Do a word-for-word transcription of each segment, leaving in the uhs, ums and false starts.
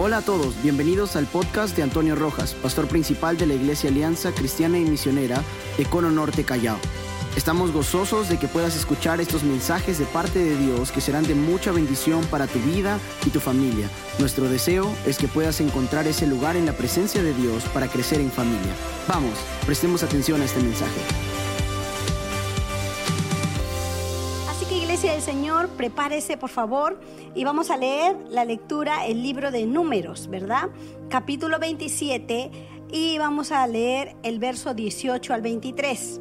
Hola a todos, bienvenidos al podcast de Antonio Rojas, pastor principal de la Iglesia Alianza Cristiana y Misionera de Cono Norte, Callao. Estamos gozosos de que puedas escuchar estos mensajes de parte de Dios que serán de mucha bendición para tu vida y tu familia. Nuestro deseo es que puedas encontrar ese lugar en la presencia de Dios para crecer en familia. Vamos, prestemos atención a este mensaje. Así que, Iglesia del Señor, prepárese por favor y vamos a leer la lectura, el libro de Números, ¿verdad? Capítulo veintisiete, y vamos a leer el verso dieciocho al veintitrés.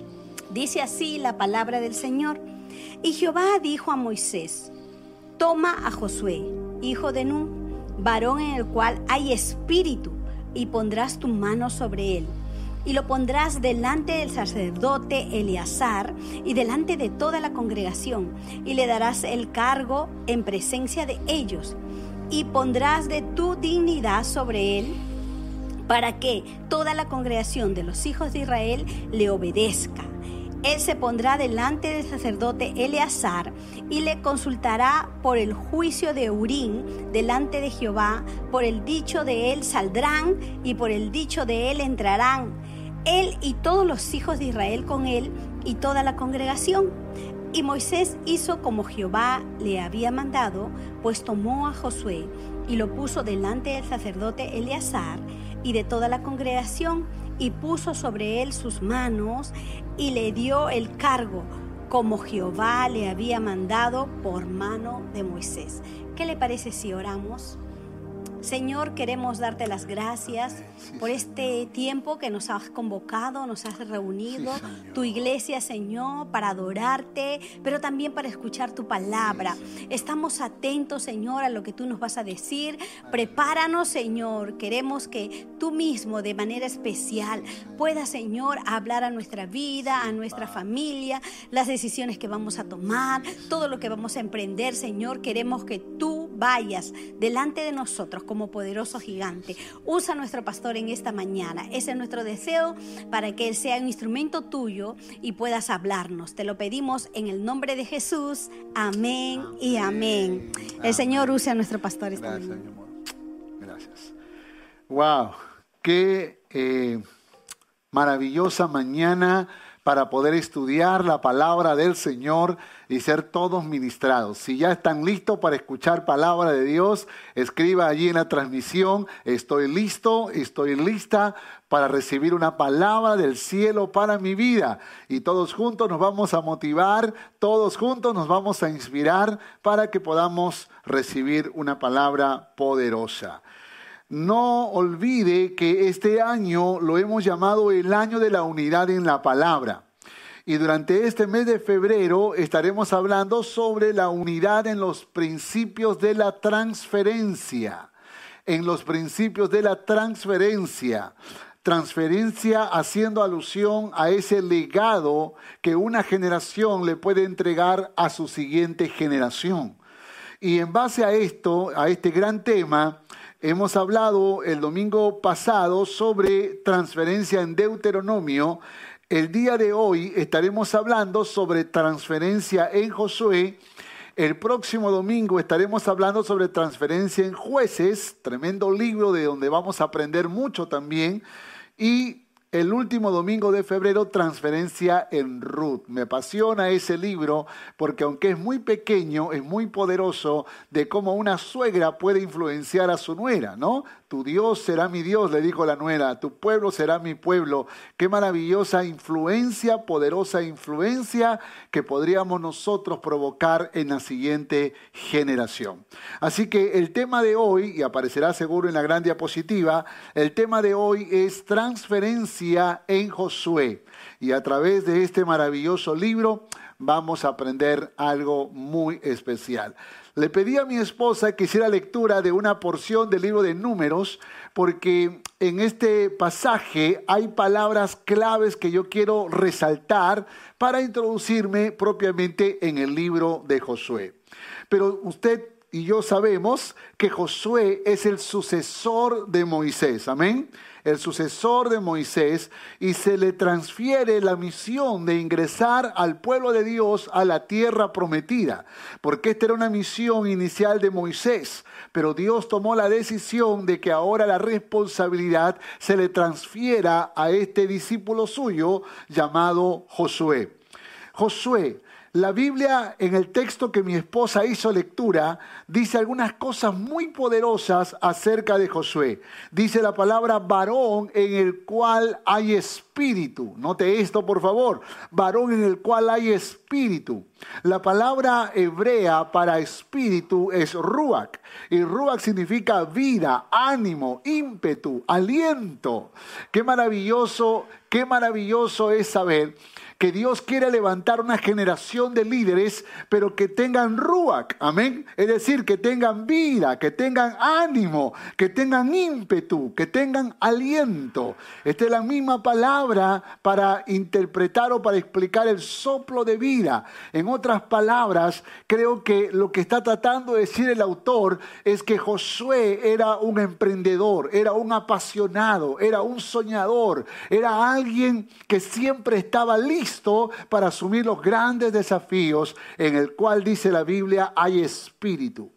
Dice así la palabra del Señor. Y Jehová dijo a Moisés: toma a Josué, hijo de Nun, varón en el cual hay espíritu, y pondrás tu mano sobre él, y lo pondrás delante del sacerdote Eleazar y delante de toda la congregación, y le darás el cargo en presencia de ellos, y pondrás de tu dignidad sobre él, para que toda la congregación de los hijos de Israel le obedezca. Él se pondrá delante del sacerdote Eleazar y le consultará por el juicio de Urim delante de Jehová. Por el dicho de él saldrán y por el dicho de él entrarán, él y todos los hijos de Israel con él y toda la congregación. Y Moisés hizo como Jehová le había mandado, pues tomó a Josué y lo puso delante del sacerdote Eleazar y de toda la congregación, y puso sobre él sus manos y le dio el cargo como Jehová le había mandado por mano de Moisés. ¿Qué le parece si oramos? Señor, queremos darte las gracias por este tiempo que nos has convocado, nos has reunido, tu iglesia, Señor, para adorarte, pero también para escuchar tu palabra. Estamos atentos, Señor, a lo que tú nos vas a decir. Prepáranos, Señor. Queremos que tú mismo, de manera especial, puedas, Señor, hablar a nuestra vida, a nuestra familia, las decisiones que vamos a tomar, todo lo que vamos a emprender, Señor. Queremos que tú vayas delante de nosotros como poderoso gigante. Usa a nuestro pastor en esta mañana. Ese es nuestro deseo, para que él sea un instrumento tuyo y puedas hablarnos. Te lo pedimos en el nombre de Jesús. Amén, amén. y amén. amén. El Señor use a nuestro pastor esta Gracias, mañana. mi amor. Gracias. Wow, qué eh, maravillosa mañana para poder estudiar la palabra del Señor y ser todos ministrados. Si ya están listos para escuchar palabra de Dios, escriba allí en la transmisión: estoy listo, estoy lista para recibir una palabra del cielo para mi vida. Y todos juntos nos vamos a motivar, todos juntos nos vamos a inspirar para que podamos recibir una palabra poderosa. No olvide que este año lo hemos llamado el año de la unidad en la palabra. Y durante este mes de febrero estaremos hablando sobre la unidad en los principios de la transferencia. En los principios de la transferencia. Transferencia haciendo alusión a ese legado que una generación le puede entregar a su siguiente generación. Y en base a esto, a este gran tema, hemos hablado el domingo pasado sobre transferencia en Deuteronomio. El día de hoy estaremos hablando sobre transferencia en Josué. El próximo domingo estaremos hablando sobre transferencia en Jueces, tremendo libro de donde vamos a aprender mucho también. Y el último domingo de febrero, transferencia en Ruth. Me apasiona ese libro porque, aunque es muy pequeño, es muy poderoso de cómo una suegra puede influenciar a su nuera, ¿no? Tu Dios será mi Dios, le dijo la nuera, tu pueblo será mi pueblo. Qué maravillosa influencia, poderosa influencia que podríamos nosotros provocar en la siguiente generación. Así que el tema de hoy, y aparecerá seguro en la gran diapositiva, el tema de hoy es transferencia en Josué. Y a través de este maravilloso libro vamos a aprender algo muy especial. Le pedí a mi esposa que hiciera lectura de una porción del libro de Números, porque en este pasaje hay palabras claves que yo quiero resaltar para introducirme propiamente en el libro de Josué. Pero usted y yo sabemos que Josué es el sucesor de Moisés. Amén. El sucesor de Moisés, y se le transfiere la misión de ingresar al pueblo de Dios a la tierra prometida, porque esta era una misión inicial de Moisés, pero Dios tomó la decisión de que ahora la responsabilidad se le transfiera a este discípulo suyo llamado Josué. Josué. La Biblia, en el texto que mi esposa hizo lectura, dice algunas cosas muy poderosas acerca de Josué. Dice la palabra varón en el cual hay espíritu. Note esto, por favor. Varón en el cual hay espíritu. La palabra hebrea para espíritu es ruach. Y ruach significa vida, ánimo, ímpetu, aliento. Qué maravilloso, qué maravilloso es saber que Dios quiere levantar una generación de líderes, pero que tengan ruach, amén. Es decir, que tengan vida, que tengan ánimo, que tengan ímpetu, que tengan aliento. Esta es la misma palabra para interpretar o para explicar el soplo de vida. En otras palabras, creo que lo que está tratando de decir el autor es que Josué era un emprendedor, era un apasionado, era un soñador, era alguien que siempre estaba listo para asumir los grandes desafíos, en el cual dice la Biblia hay espíritu.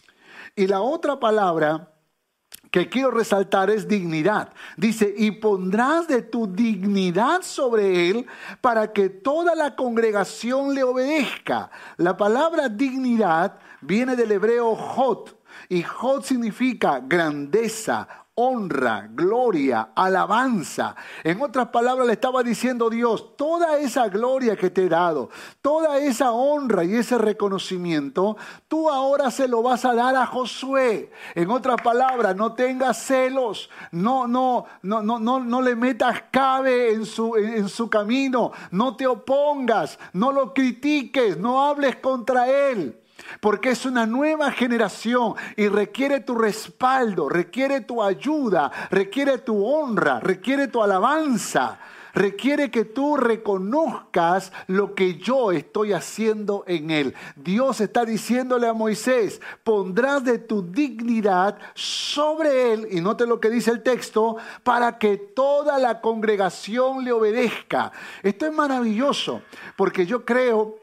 Y la otra palabra que quiero resaltar es dignidad. Dice, y pondrás de tu dignidad sobre él para que toda la congregación le obedezca. La palabra dignidad viene del hebreo hod, y hod significa grandeza, honra, gloria, alabanza. En otras palabras le estaba diciendo Dios, toda esa gloria que te he dado, toda esa honra y ese reconocimiento, tú ahora se lo vas a dar a Josué. En otras palabras, no tengas celos, no, no, no, no, no, no le metas cabe en su, en, en su camino, no te opongas, no lo critiques, no hables contra él. Porque es una nueva generación y requiere tu respaldo, requiere tu ayuda, requiere tu honra, requiere tu alabanza, requiere que tú reconozcas lo que yo estoy haciendo en él. Dios está diciéndole a Moisés, pondrás de tu dignidad sobre él, y note lo que dice el texto, para que toda la congregación le obedezca. Esto es maravilloso, porque yo creo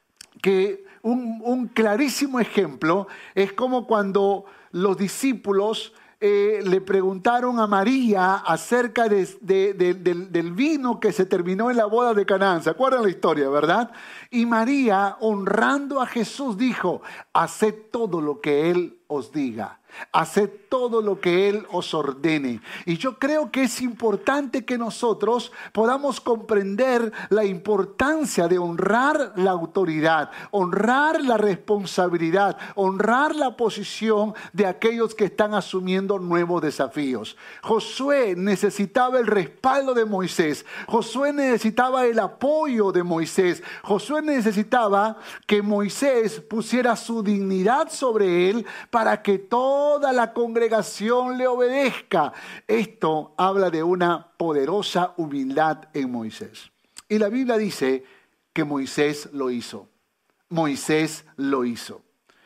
que Un, un clarísimo ejemplo es como cuando los discípulos eh, le preguntaron a María acerca de, de, de, del, del vino que se terminó en la boda de Canaán. ¿Se acuerdan la historia, verdad? Y María, honrando a Jesús, dijo, haced todo lo que Él os diga. Haced todo lo que Él os ordene. Y yo creo que es importante que nosotros podamos comprender la importancia de honrar la autoridad, honrar la responsabilidad, honrar la posición de aquellos que están asumiendo nuevos desafíos. Josué necesitaba el respaldo de Moisés. Josué necesitaba el apoyo de Moisés. Josué necesitaba que Moisés pusiera su dignidad sobre él para que todo Toda la congregación le obedezca. Esto habla de una poderosa humildad en Moisés. Y la Biblia dice que Moisés lo hizo. Moisés lo hizo.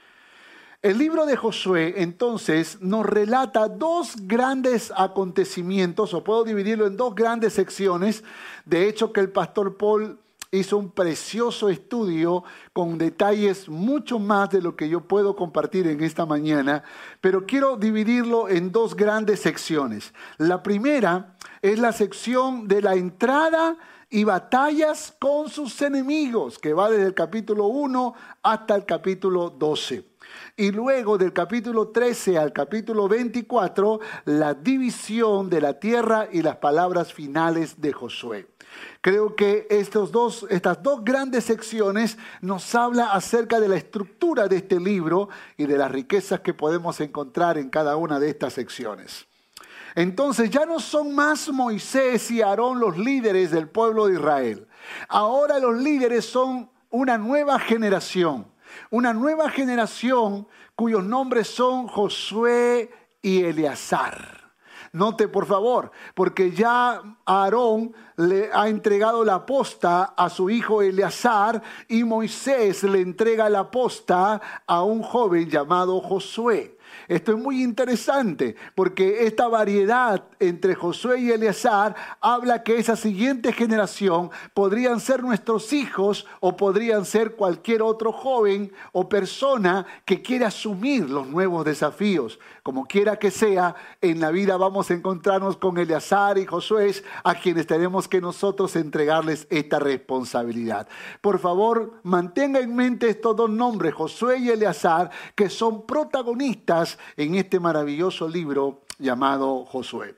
El libro de Josué entonces nos relata dos grandes acontecimientos, o puedo dividirlo en dos grandes secciones. De hecho, que el pastor Paul hizo un precioso estudio con detalles mucho más de lo que yo puedo compartir en esta mañana, pero quiero dividirlo en dos grandes secciones. La primera es la sección de la entrada y batallas con sus enemigos, que va desde el capítulo uno hasta el capítulo doce. Y luego del capítulo trece al capítulo veinticuatro, la división de la tierra y las palabras finales de Josué. Creo que estos dos, estas dos grandes secciones nos habla acerca de la estructura de este libro y de las riquezas que podemos encontrar en cada una de estas secciones. Entonces ya no son más Moisés y Aarón los líderes del pueblo de Israel. Ahora los líderes son una nueva generación. Una nueva generación cuyos nombres son Josué y Eleazar. Note por favor, porque ya Aarón le ha entregado la posta a su hijo Eleazar y Moisés le entrega la posta a un joven llamado Josué. Esto es muy interesante porque esta variedad entre Josué y Eleazar habla que esa siguiente generación podrían ser nuestros hijos o podrían ser cualquier otro joven o persona que quiera asumir los nuevos desafíos. Como quiera que sea, en la vida vamos a encontrarnos con Eleazar y Josué, a quienes tenemos que nosotros entregarles esta responsabilidad. Por favor, mantenga en mente estos dos nombres, Josué y Eleazar, que son protagonistas en este maravilloso libro llamado Josué.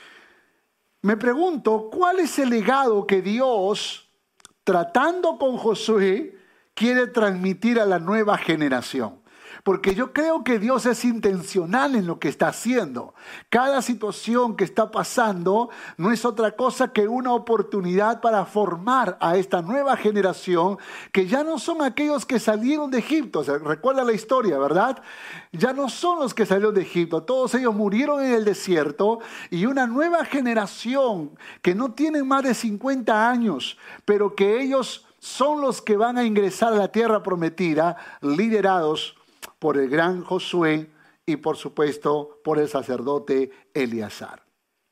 Me pregunto, ¿cuál es el legado que Dios, tratando con Josué, quiere transmitir a la nueva generación? Porque yo creo que Dios es intencional en lo que está haciendo. Cada situación que está pasando no es otra cosa que una oportunidad para formar a esta nueva generación que ya no son aquellos que salieron de Egipto. O sea, recuerda la historia, ¿verdad? Ya no son los que salieron de Egipto. Todos ellos murieron en el desierto y una nueva generación que no tienen más de cincuenta años, pero que ellos son los que van a ingresar a la tierra prometida, liderados por el gran Josué y por supuesto por el sacerdote Eleazar.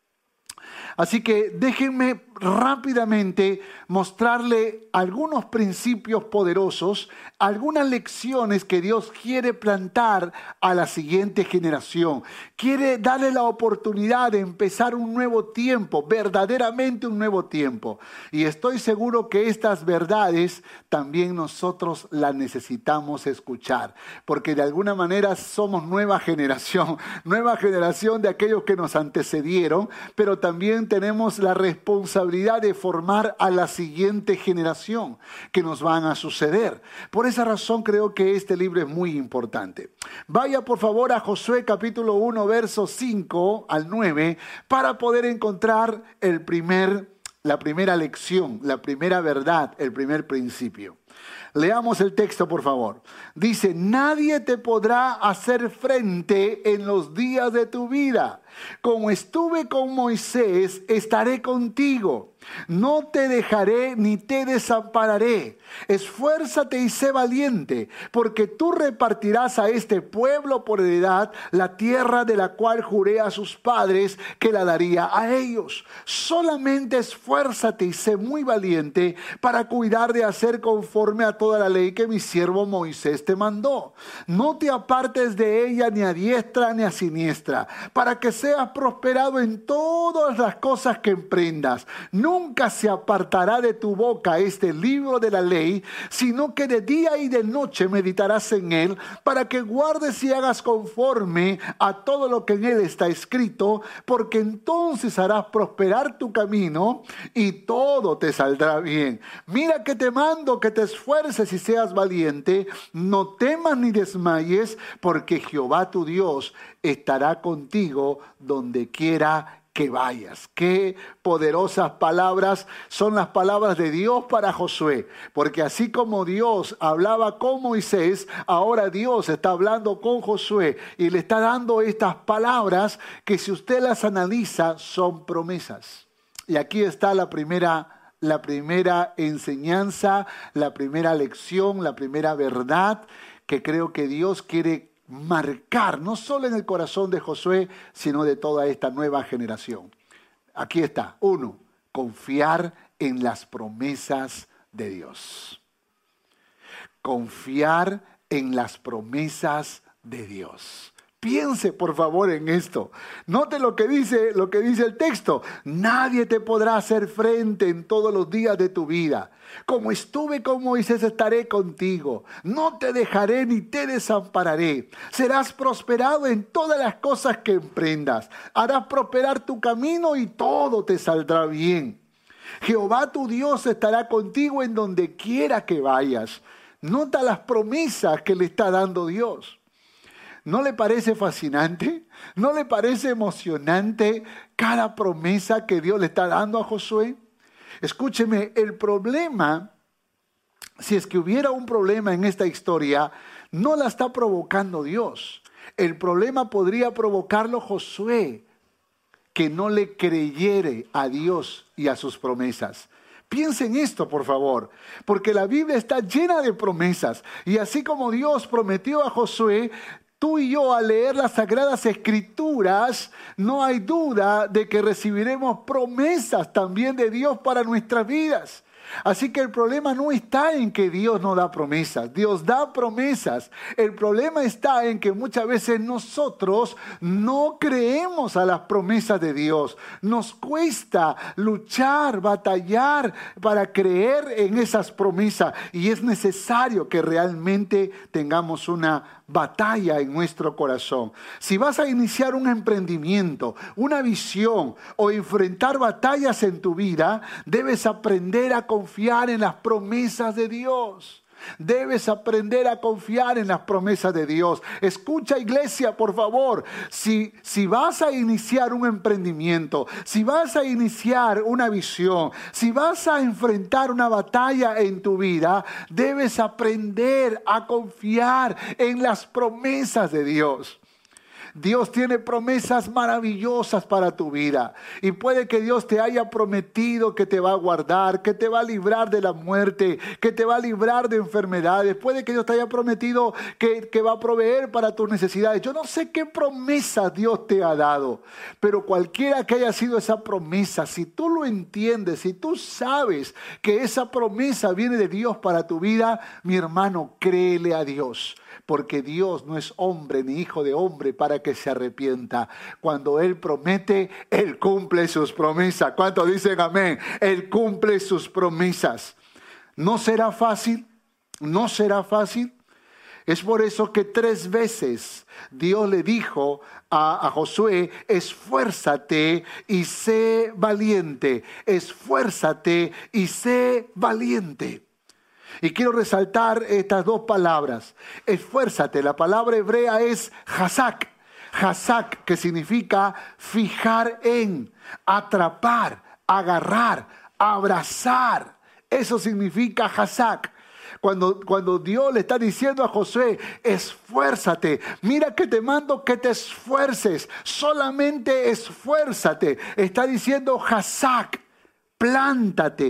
Así que déjenme rápidamente mostrarle algunos principios poderosos, algunas lecciones que Dios quiere plantar a la siguiente generación. Quiere darle la oportunidad de empezar un nuevo tiempo, verdaderamente un nuevo tiempo. Y estoy seguro que estas verdades también nosotros las necesitamos escuchar, porque de alguna manera somos nueva generación, nueva generación de aquellos que nos antecedieron, pero también tenemos la responsabilidad de formar a la siguiente generación que nos van a suceder. Por esa razón creo que este libro es muy importante. Vaya por favor a Josué capítulo uno, versos cinco al nueve, para poder encontrar el primer, la primera lección, la primera verdad, el primer principio. Leamos el texto, por favor. Dice, nadie te podrá hacer frente en los días de tu vida. Como estuve con Moisés, estaré contigo. No te dejaré ni te desampararé. Esfuérzate y sé valiente, porque tú repartirás a este pueblo por heredad la tierra de la cual juré a sus padres que la daría a ellos. Solamente esfuérzate y sé muy valiente para cuidar de hacer conforme a toda la ley que mi siervo Moisés te mandó. No te apartes de ella ni a diestra ni a siniestra, para que seas prosperado en todas las cosas que emprendas. Nunca se apartará de tu boca este libro de la ley, sino que de día y de noche meditarás en él, para que guardes y hagas conforme a todo lo que en él está escrito, porque entonces harás prosperar tu camino y todo te saldrá bien. Mira que te mando que te esfuerces y seas valiente, no temas ni desmayes, porque Jehová tu Dios estará contigo donde quiera que vayas. Qué poderosas palabras son las palabras de Dios para Josué, porque así como Dios hablaba con Moisés, ahora Dios está hablando con Josué y le está dando estas palabras que, si usted las analiza, son promesas. Y aquí está la primera, la primera enseñanza, la primera lección, la primera verdad que creo que Dios quiere marcar, no solo en el corazón de Josué, sino de toda esta nueva generación. Aquí está. Uno, confiar en las promesas de Dios. Confiar en las promesas de Dios. Piense por favor en esto. Note lo que dice, lo que dice el texto. Nadie te podrá hacer frente en todos los días de tu vida. Como estuve con Moisés, estaré contigo. No te dejaré ni te desampararé. Serás prosperado en todas las cosas que emprendas. Harás prosperar tu camino y todo te saldrá bien. Jehová tu Dios estará contigo en donde quiera que vayas. Nota las promesas que le está dando Dios. ¿No le parece fascinante? ¿No le parece emocionante cada promesa que Dios le está dando a Josué? Escúcheme, el problema, si es que hubiera un problema en esta historia, no la está provocando Dios. El problema podría provocarlo Josué, que no le creyere a Dios y a sus promesas. Piensen esto, por favor, porque la Biblia está llena de promesas. Y así como Dios prometió a Josué, tú y yo al leer las Sagradas Escrituras, no hay duda de que recibiremos promesas también de Dios para nuestras vidas. Así que el problema no está en que Dios no da promesas. Dios da promesas. El problema está en que muchas veces nosotros no creemos a las promesas de Dios. Nos cuesta luchar, batallar para creer en esas promesas. Y es necesario que realmente tengamos una batalla en nuestro corazón. Si vas a iniciar un emprendimiento, una visión o enfrentar batallas en tu vida, debes aprender a confiar en las promesas de Dios. Debes aprender a confiar en las promesas de Dios. Escucha, iglesia, por favor. Si, si vas a iniciar un emprendimiento, si vas a iniciar una visión, si vas a enfrentar una batalla en tu vida, debes aprender a confiar en las promesas de Dios. Dios tiene promesas maravillosas para tu vida. Y puede que Dios te haya prometido que te va a guardar, que te va a librar de la muerte, que te va a librar de enfermedades. Puede que Dios te haya prometido que, que va a proveer para tus necesidades. Yo no sé qué promesa Dios te ha dado, pero cualquiera que haya sido esa promesa, si tú lo entiendes, si tú sabes que esa promesa viene de Dios para tu vida, mi hermano, créele a Dios. Porque Dios no es hombre ni hijo de hombre para que se arrepienta. Cuando Él promete, Él cumple sus promesas. ¿Cuántos dicen amén? Él cumple sus promesas. ¿No será fácil? ¿No será fácil? Es por eso que tres veces Dios le dijo a, a Josué, esfuérzate y sé valiente. Esfuérzate y sé valiente. Y quiero resaltar estas dos palabras. Esfuérzate. La palabra hebrea es hazak. Hazak, que significa fijar en, atrapar, agarrar, abrazar. Eso significa hazak. Cuando, cuando Dios le está diciendo a Josué, esfuérzate. Mira que te mando que te esfuerces. Solamente esfuérzate. Está diciendo hazak. Plántate,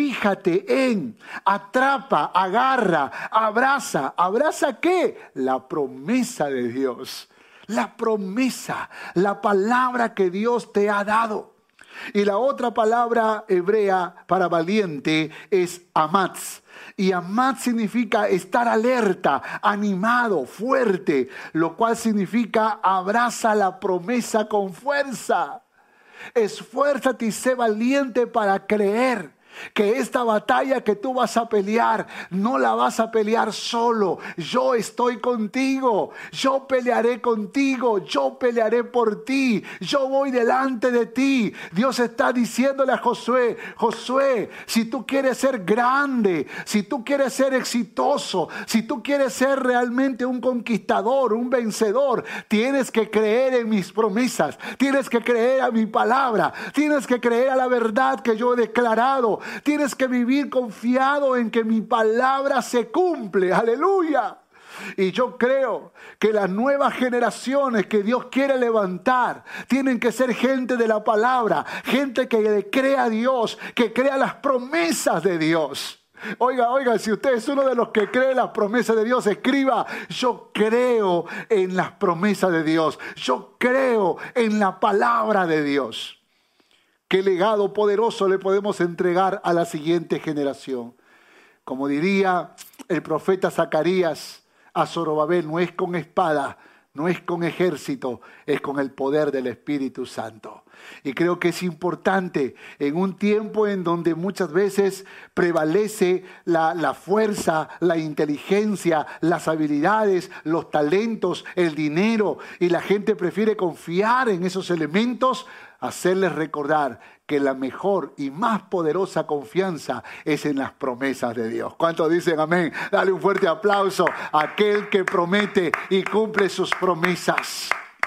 fíjate en, atrapa, agarra, abraza. ¿Abraza qué? La promesa de Dios. La promesa, la palabra que Dios te ha dado. Y la otra palabra hebrea para valiente es amatz. Y amatz significa estar alerta, animado, fuerte, lo cual significa abraza la promesa con fuerza. Esfuérzate y sé valiente para creer que esta batalla que tú vas a pelear, no la vas a pelear solo. Yo estoy contigo, yo pelearé contigo, yo pelearé por ti, yo voy delante de ti. Dios está diciéndole a Josué, Josué, si tú quieres ser grande, si tú quieres ser exitoso, si tú quieres ser realmente un conquistador, un vencedor, tienes que creer en mis promesas, tienes que creer a mi palabra, tienes que creer a la verdad que yo he declarado. Tienes que vivir confiado en que mi palabra se cumple. ¡Aleluya! Y yo creo que las nuevas generaciones que Dios quiere levantar tienen que ser gente de la palabra, gente que le crea a Dios, que crea las promesas de Dios. Oiga, oiga, si usted es uno de los que cree las promesas de Dios, escriba, yo creo en las promesas de Dios. Yo creo en la palabra de Dios. ¿Qué legado poderoso le podemos entregar a la siguiente generación? Como diría el profeta Zacarías a Zorobabel, no es con espada, no es con ejército, es con el poder del Espíritu Santo. Y creo que es importante en un tiempo en donde muchas veces prevalece la, la fuerza, la inteligencia, las habilidades, los talentos, el dinero, y la gente prefiere confiar en esos elementos, hacerles recordar que la mejor y más poderosa confianza es en las promesas de Dios. ¿Cuántos dicen amén? Dale un fuerte aplauso a aquel que promete y cumple sus promesas.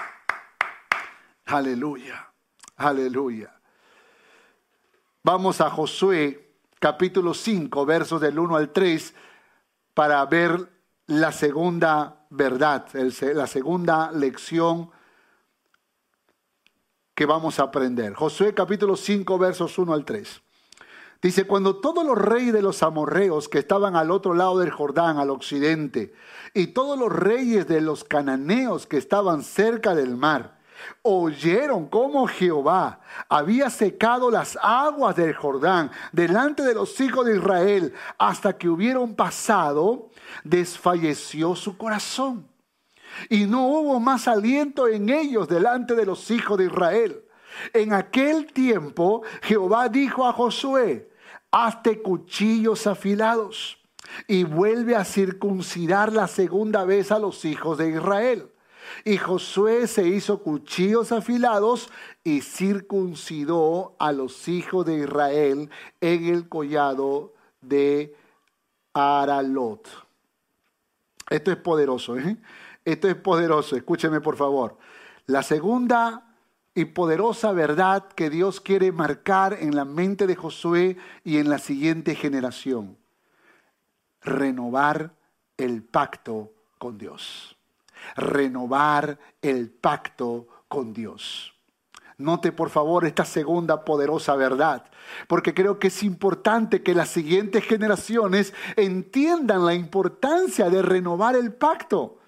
Aleluya, aleluya. Vamos a Josué capítulo cinco, versos del uno al tres, para ver la segunda verdad, la segunda lección que vamos a aprender. Josué capítulo cinco, versos uno al tres. Dice, cuando todos los reyes de los amorreos que estaban al otro lado del Jordán, al occidente, y todos los reyes de los cananeos que estaban cerca del mar, oyeron cómo Jehová había secado las aguas del Jordán delante de los hijos de Israel hasta que hubieron pasado, desfalleció su corazón. Y no hubo más aliento en ellos delante de los hijos de Israel. En aquel tiempo Jehová dijo a Josué, hazte cuchillos afilados y vuelve a circuncidar la segunda vez a los hijos de Israel. Y Josué se hizo cuchillos afilados y circuncidó a los hijos de Israel en el collado de Aralot. Esto es poderoso, ¿eh? Esto es poderoso, escúcheme por favor. La segunda y poderosa verdad que Dios quiere marcar en la mente de Josué y en la siguiente generación. Renovar el pacto con Dios. Renovar el pacto con Dios. Note por favor esta segunda poderosa verdad, porque creo que es importante que las siguientes generaciones entiendan la importancia de renovar el pacto.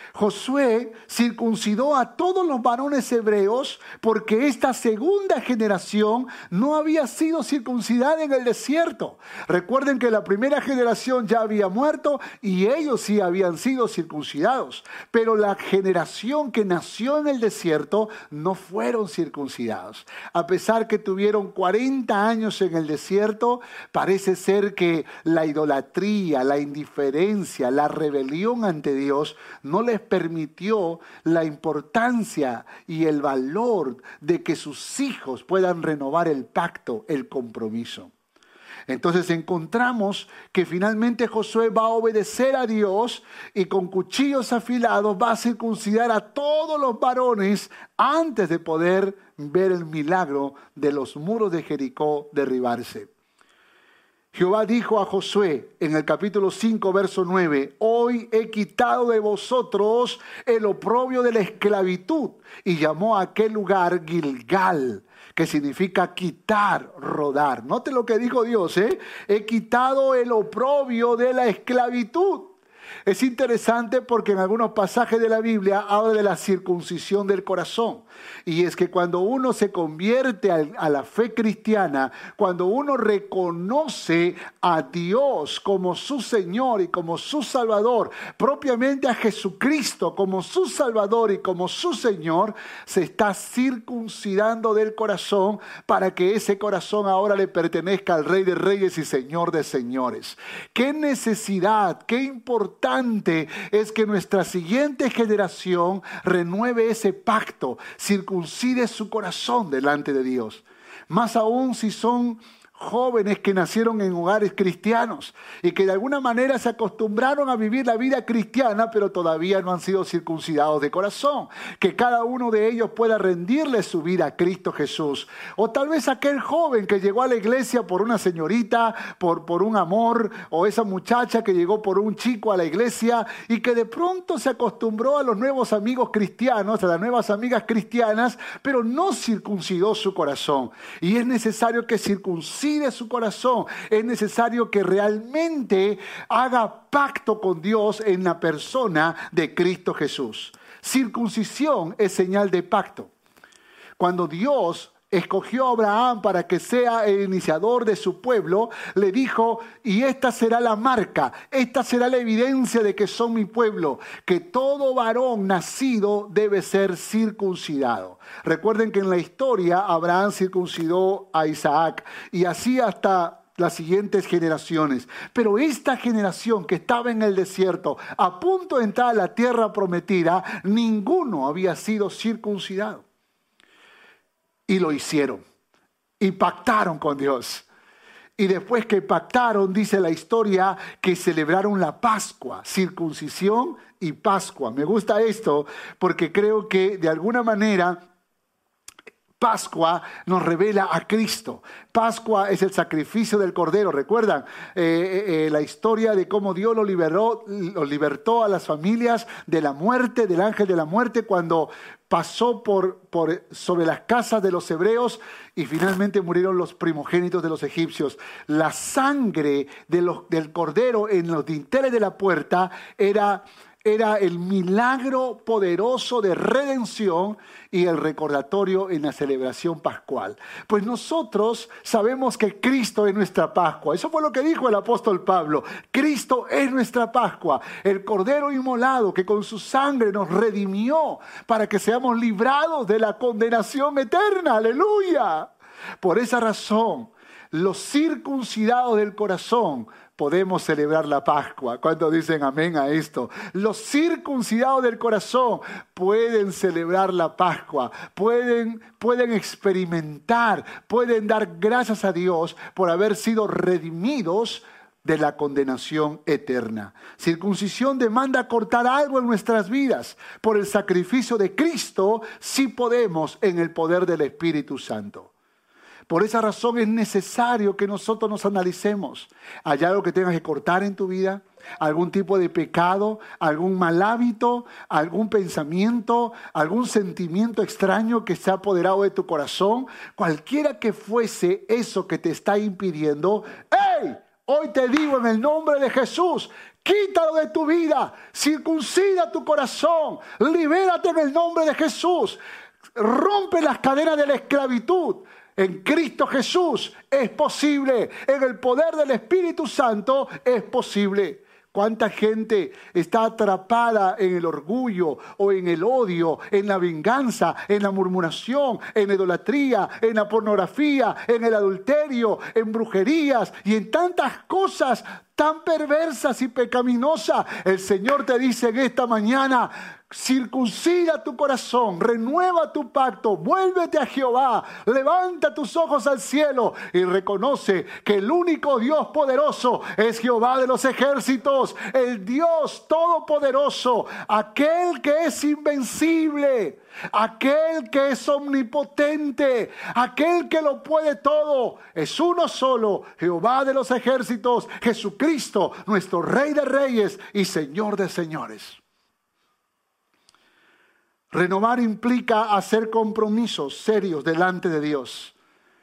Josué circuncidó a todos los varones hebreos porque esta segunda generación no había sido circuncidada en el desierto. Recuerden que la primera generación ya había muerto y ellos sí habían sido circuncidados. Pero la generación que nació en el desierto no fueron circuncidados. A pesar que tuvieron cuarenta años en el desierto, parece ser que la idolatría, la indiferencia, la rebelión ante Dios no les permitió la importancia y el valor de que sus hijos puedan renovar el pacto, el compromiso. Entonces encontramos que finalmente Josué va a obedecer a Dios y con cuchillos afilados va a circuncidar a todos los varones antes de poder ver el milagro de los muros de Jericó derribarse. Jehová dijo a Josué en el capítulo cinco, verso nueve, hoy he quitado de vosotros el oprobio de la esclavitud, y llamó a aquel lugar Gilgal, que significa quitar, rodar. Note lo que dijo Dios, ¿eh? He quitado el oprobio de la esclavitud. Es interesante porque en algunos pasajes de la Biblia habla de la circuncisión del corazón. Y es que cuando uno se convierte a la fe cristiana, cuando uno reconoce a Dios como su Señor y como su Salvador, propiamente a Jesucristo como su Salvador y como su Señor, se está circuncidando del corazón para que ese corazón ahora le pertenezca al Rey de Reyes y Señor de Señores. ¡Qué necesidad, qué importante es que nuestra siguiente generación renueve ese pacto, circuncide su corazón delante de Dios! Más aún si son jóvenes que nacieron en hogares cristianos y que de alguna manera se acostumbraron a vivir la vida cristiana, pero todavía no han sido circuncidados de corazón. Que cada uno de ellos pueda rendirle su vida a Cristo Jesús. O tal vez aquel joven que llegó a la iglesia por una señorita, por, por un amor, o esa muchacha que llegó por un chico a la iglesia y que de pronto se acostumbró a los nuevos amigos cristianos, a las nuevas amigas cristianas, pero no circuncidó su corazón. Y es necesario que circuncide de su corazón, es necesario que realmente haga pacto con Dios en la persona de Cristo Jesús. Circuncisión es señal de pacto. Cuando Dios escogió a Abraham para que sea el iniciador de su pueblo, le dijo, y esta será la marca, esta será la evidencia de que son mi pueblo, que todo varón nacido debe ser circuncidado. Recuerden que en la historia Abraham circuncidó a Isaac y así hasta las siguientes generaciones. Pero esta generación que estaba en el desierto, a punto de entrar a la tierra prometida, ninguno había sido circuncidado. Y lo hicieron. Y pactaron con Dios. Y después que pactaron, dice la historia, que celebraron la Pascua, circuncisión y Pascua. Me gusta esto porque creo que de alguna manera Pascua nos revela a Cristo. Pascua es el sacrificio del Cordero. ¿Recuerdan eh, eh, la historia de cómo Dios lo liberó, lo libertó a las familias de la muerte, del ángel de la muerte, cuando pasó por, por sobre las casas de los hebreos y finalmente murieron los primogénitos de los egipcios? La sangre de los, del Cordero en los dinteles de la puerta era... Era el milagro poderoso de redención y el recordatorio en la celebración pascual. Pues nosotros sabemos que Cristo es nuestra Pascua. Eso fue lo que dijo el apóstol Pablo. Cristo es nuestra Pascua, el Cordero inmolado que con su sangre nos redimió para que seamos librados de la condenación eterna. ¡Aleluya! Por esa razón, los circuncidados del corazón podemos celebrar la Pascua. ¿Cuántos dicen amén a esto? Los circuncidados del corazón pueden celebrar la Pascua, pueden, pueden experimentar, pueden dar gracias a Dios por haber sido redimidos de la condenación eterna. Circuncisión demanda cortar algo en nuestras vidas. Por el sacrificio de Cristo, sí podemos en el poder del Espíritu Santo. Por esa razón es necesario que nosotros nos analicemos. ¿Hay algo que tengas que cortar en tu vida? ¿Algún tipo de pecado? ¿Algún mal hábito? ¿Algún pensamiento? ¿Algún sentimiento extraño que se ha apoderado de tu corazón? Cualquiera que fuese eso que te está impidiendo, ¡hey! Hoy te digo en el nombre de Jesús, quítalo de tu vida, circuncida tu corazón, libérate en el nombre de Jesús, rompe las cadenas de la esclavitud. En Cristo Jesús es posible, en el poder del Espíritu Santo es posible. ¿Cuánta gente está atrapada en el orgullo o en el odio, en la venganza, en la murmuración, en la idolatría, en la pornografía, en el adulterio, en brujerías y en tantas cosas tan perversas y pecaminosas? El Señor te dice en esta mañana: circuncida tu corazón, renueva tu pacto, vuélvete a Jehová, levanta tus ojos al cielo y reconoce que el único Dios poderoso es Jehová de los ejércitos, el Dios todopoderoso, aquel que es invencible, aquel que es omnipotente, aquel que lo puede todo. Es uno solo, Jehová de los ejércitos, Jesucristo, nuestro Rey de reyes y Señor de señores. Renovar implica hacer compromisos serios delante de Dios.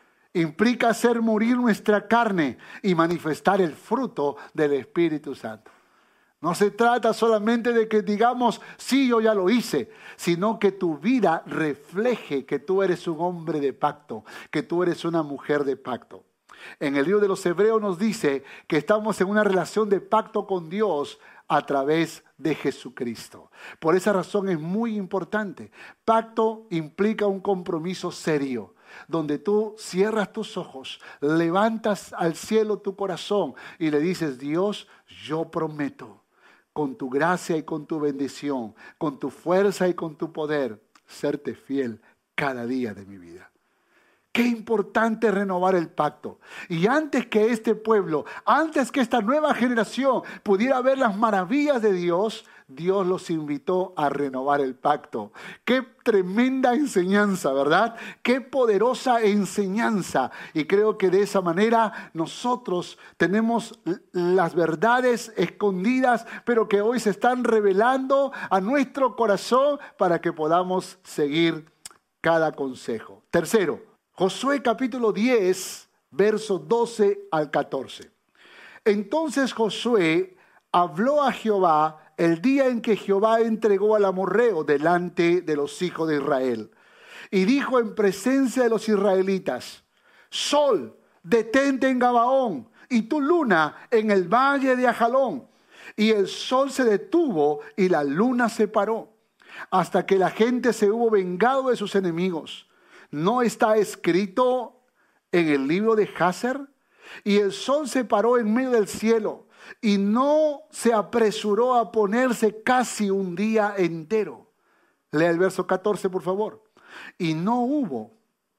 Implica hacer morir nuestra carne y manifestar el fruto del Espíritu Santo. No se trata solamente de que digamos, sí, yo ya lo hice, sino que tu vida refleje que tú eres un hombre de pacto, que tú eres una mujer de pacto. En el libro de los Hebreos nos dice que estamos en una relación de pacto con Dios a través de Jesucristo. Por esa razón es muy importante. Pacto implica un compromiso serio, donde tú cierras tus ojos, levantas al cielo tu corazón y le dices: Dios, yo prometo, con tu gracia y con tu bendición, con tu fuerza y con tu poder, serte fiel cada día de mi vida. Qué importante renovar el pacto. Y antes que este pueblo, antes que esta nueva generación pudiera ver las maravillas de Dios, Dios los invitó a renovar el pacto. Qué tremenda enseñanza, ¿verdad? Qué poderosa enseñanza. Y creo que de esa manera nosotros tenemos las verdades escondidas, pero que hoy se están revelando a nuestro corazón para que podamos seguir cada consejo. Tercero, Josué capítulo diez, versos doce al catorce. Entonces Josué habló a Jehová el día en que Jehová entregó al amorreo delante de los hijos de Israel. Y dijo en presencia de los israelitas: Sol, detente en Gabaón, y tu luna en el valle de Ajalón. Y el sol se detuvo y la luna se paró, hasta que la gente se hubo vengado de sus enemigos. ¿No está escrito en el libro de Jaser? Y el sol se paró en medio del cielo y no se apresuró a ponerse casi un día entero. Lea el verso catorce, por favor. Y no hubo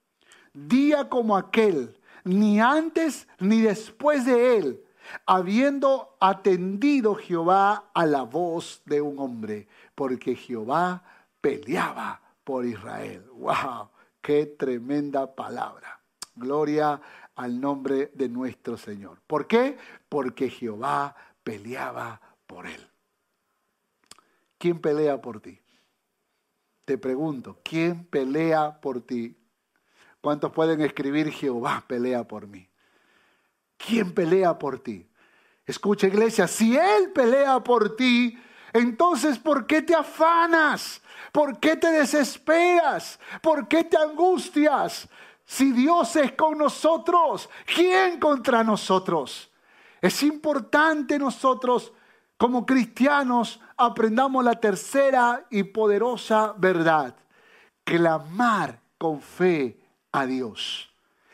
día como aquel, ni antes ni después de él, habiendo atendido Jehová a la voz de un hombre, porque Jehová peleaba por Israel. ¡Wow! Qué tremenda palabra. Gloria al nombre de nuestro Señor. ¿Por qué? Porque Jehová peleaba por él. ¿Quién pelea por ti? Te pregunto, ¿quién pelea por ti? ¿Cuántos pueden escribir Jehová pelea por mí? ¿Quién pelea por ti? Escucha, iglesia, si Él pelea por ti, entonces ¿por qué te afanas? ¿Por qué te desesperas? ¿Por qué te angustias? Si Dios es con nosotros, ¿quién contra nosotros? Es importante nosotros como cristianos aprendamos la tercera y poderosa verdad: clamar con fe a Dios.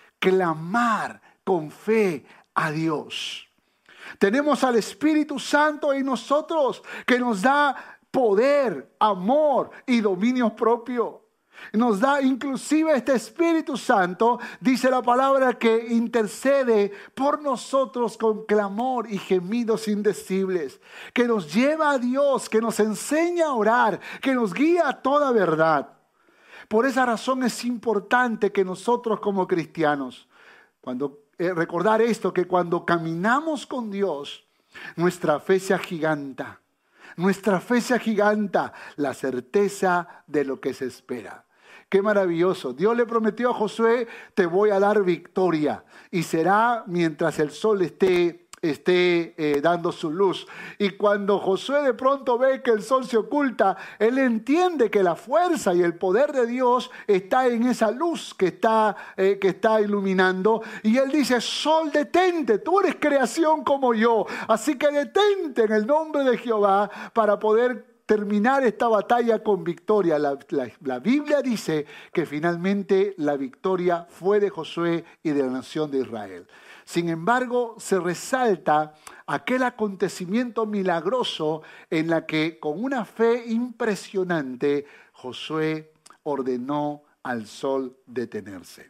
Clamar con fe a Dios. Tenemos al Espíritu Santo en nosotros que nos da poder, amor y dominio propio. Nos da inclusive este Espíritu Santo, dice la palabra, que intercede por nosotros con clamor y gemidos indecibles, que nos lleva a Dios, que nos enseña a orar, que nos guía a toda verdad. Por esa razón es importante que nosotros como cristianos, cuando eh, recordar esto, que cuando caminamos con Dios, nuestra fe se agiganta. Nuestra fe se agiganta, la certeza de lo que se espera. Qué maravilloso. Dios le prometió a Josué: te voy a dar victoria, y será mientras el sol esté, esté eh, dando su luz. Y cuando Josué de pronto ve que el sol se oculta, él entiende que la fuerza y el poder de Dios está en esa luz que está, eh, que está iluminando. Y él dice: sol, detente, tú eres creación como yo, así que detente en el nombre de Jehová para poder terminar esta batalla con victoria. La, la, la Biblia dice que finalmente la victoria fue de Josué y de la nación de Israel. Sin embargo, se resalta aquel acontecimiento milagroso en la que con una fe impresionante Josué ordenó al sol detenerse.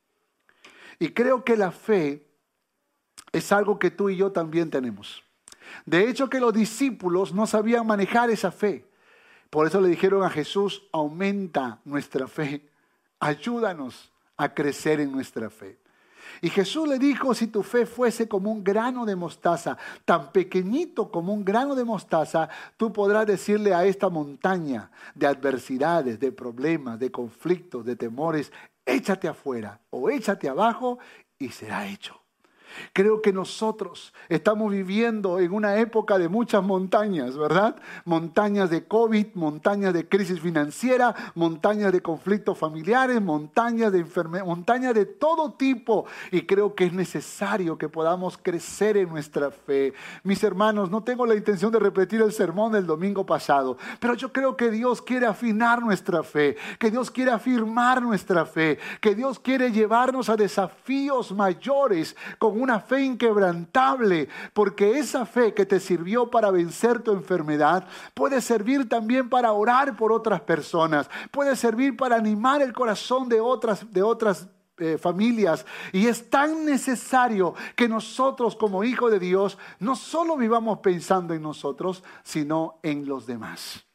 Y creo que la fe es algo que tú y yo también tenemos. De hecho, que los discípulos no sabían manejar esa fe. Por eso le dijeron a Jesús: aumenta nuestra fe, ayúdanos a crecer en nuestra fe. Y Jesús le dijo: si tu fe fuese como un grano de mostaza, tan pequeñito como un grano de mostaza, tú podrás decirle a esta montaña de adversidades, de problemas, de conflictos, de temores: échate afuera o échate abajo, y será hecho. Creo que nosotros estamos viviendo en una época de muchas montañas, ¿verdad? Montañas de COVID, montañas de crisis financiera, montañas de conflictos familiares, montañas de enfermedad, montañas de todo tipo. Y creo que es necesario que podamos crecer en nuestra fe. Mis hermanos, no tengo la intención de repetir el sermón del domingo pasado, pero yo creo que Dios quiere afinar nuestra fe, que Dios quiere afirmar nuestra fe, que Dios quiere llevarnos a desafíos mayores con una fe inquebrantable, porque esa fe que te sirvió para vencer tu enfermedad puede servir también para orar por otras personas, puede servir para animar el corazón de otras, de otras eh, familias. Y es tan necesario que nosotros como hijos de Dios no solo vivamos pensando en nosotros, sino en los demás.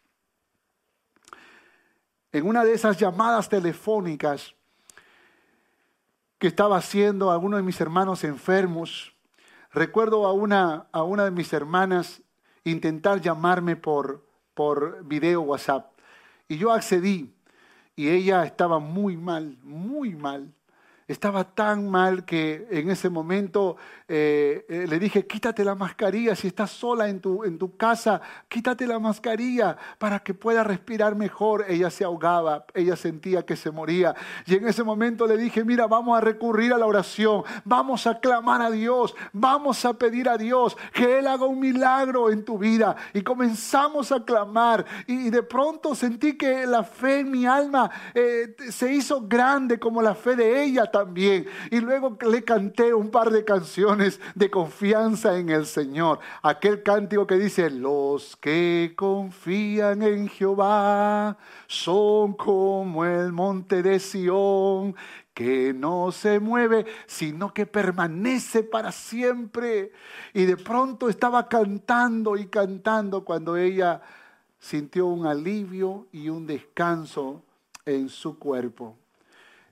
En una de esas llamadas telefónicas que estaba haciendo a uno de mis hermanos enfermos, recuerdo a una, a una de mis hermanas intentar llamarme por, por video WhatsApp. Y yo accedí, y ella estaba muy mal, muy mal. Estaba tan mal que en ese momento eh, eh, le dije: quítate la mascarilla, si estás sola en tu, en tu casa, quítate la mascarilla para que pueda respirar mejor. Ella se ahogaba, ella sentía que se moría. Y en ese momento le dije: mira, vamos a recurrir a la oración, vamos a clamar a Dios, vamos a pedir a Dios que Él haga un milagro en tu vida. Y comenzamos a clamar, y de pronto sentí que la fe en mi alma eh, se hizo grande como la fe de ella también. También. Y luego le canté un par de canciones de confianza en el Señor. Aquel cántico que dice: los que confían en Jehová son como el monte de Sión, que no se mueve, sino que permanece para siempre. Y de pronto estaba cantando y cantando cuando ella sintió un alivio y un descanso en su cuerpo.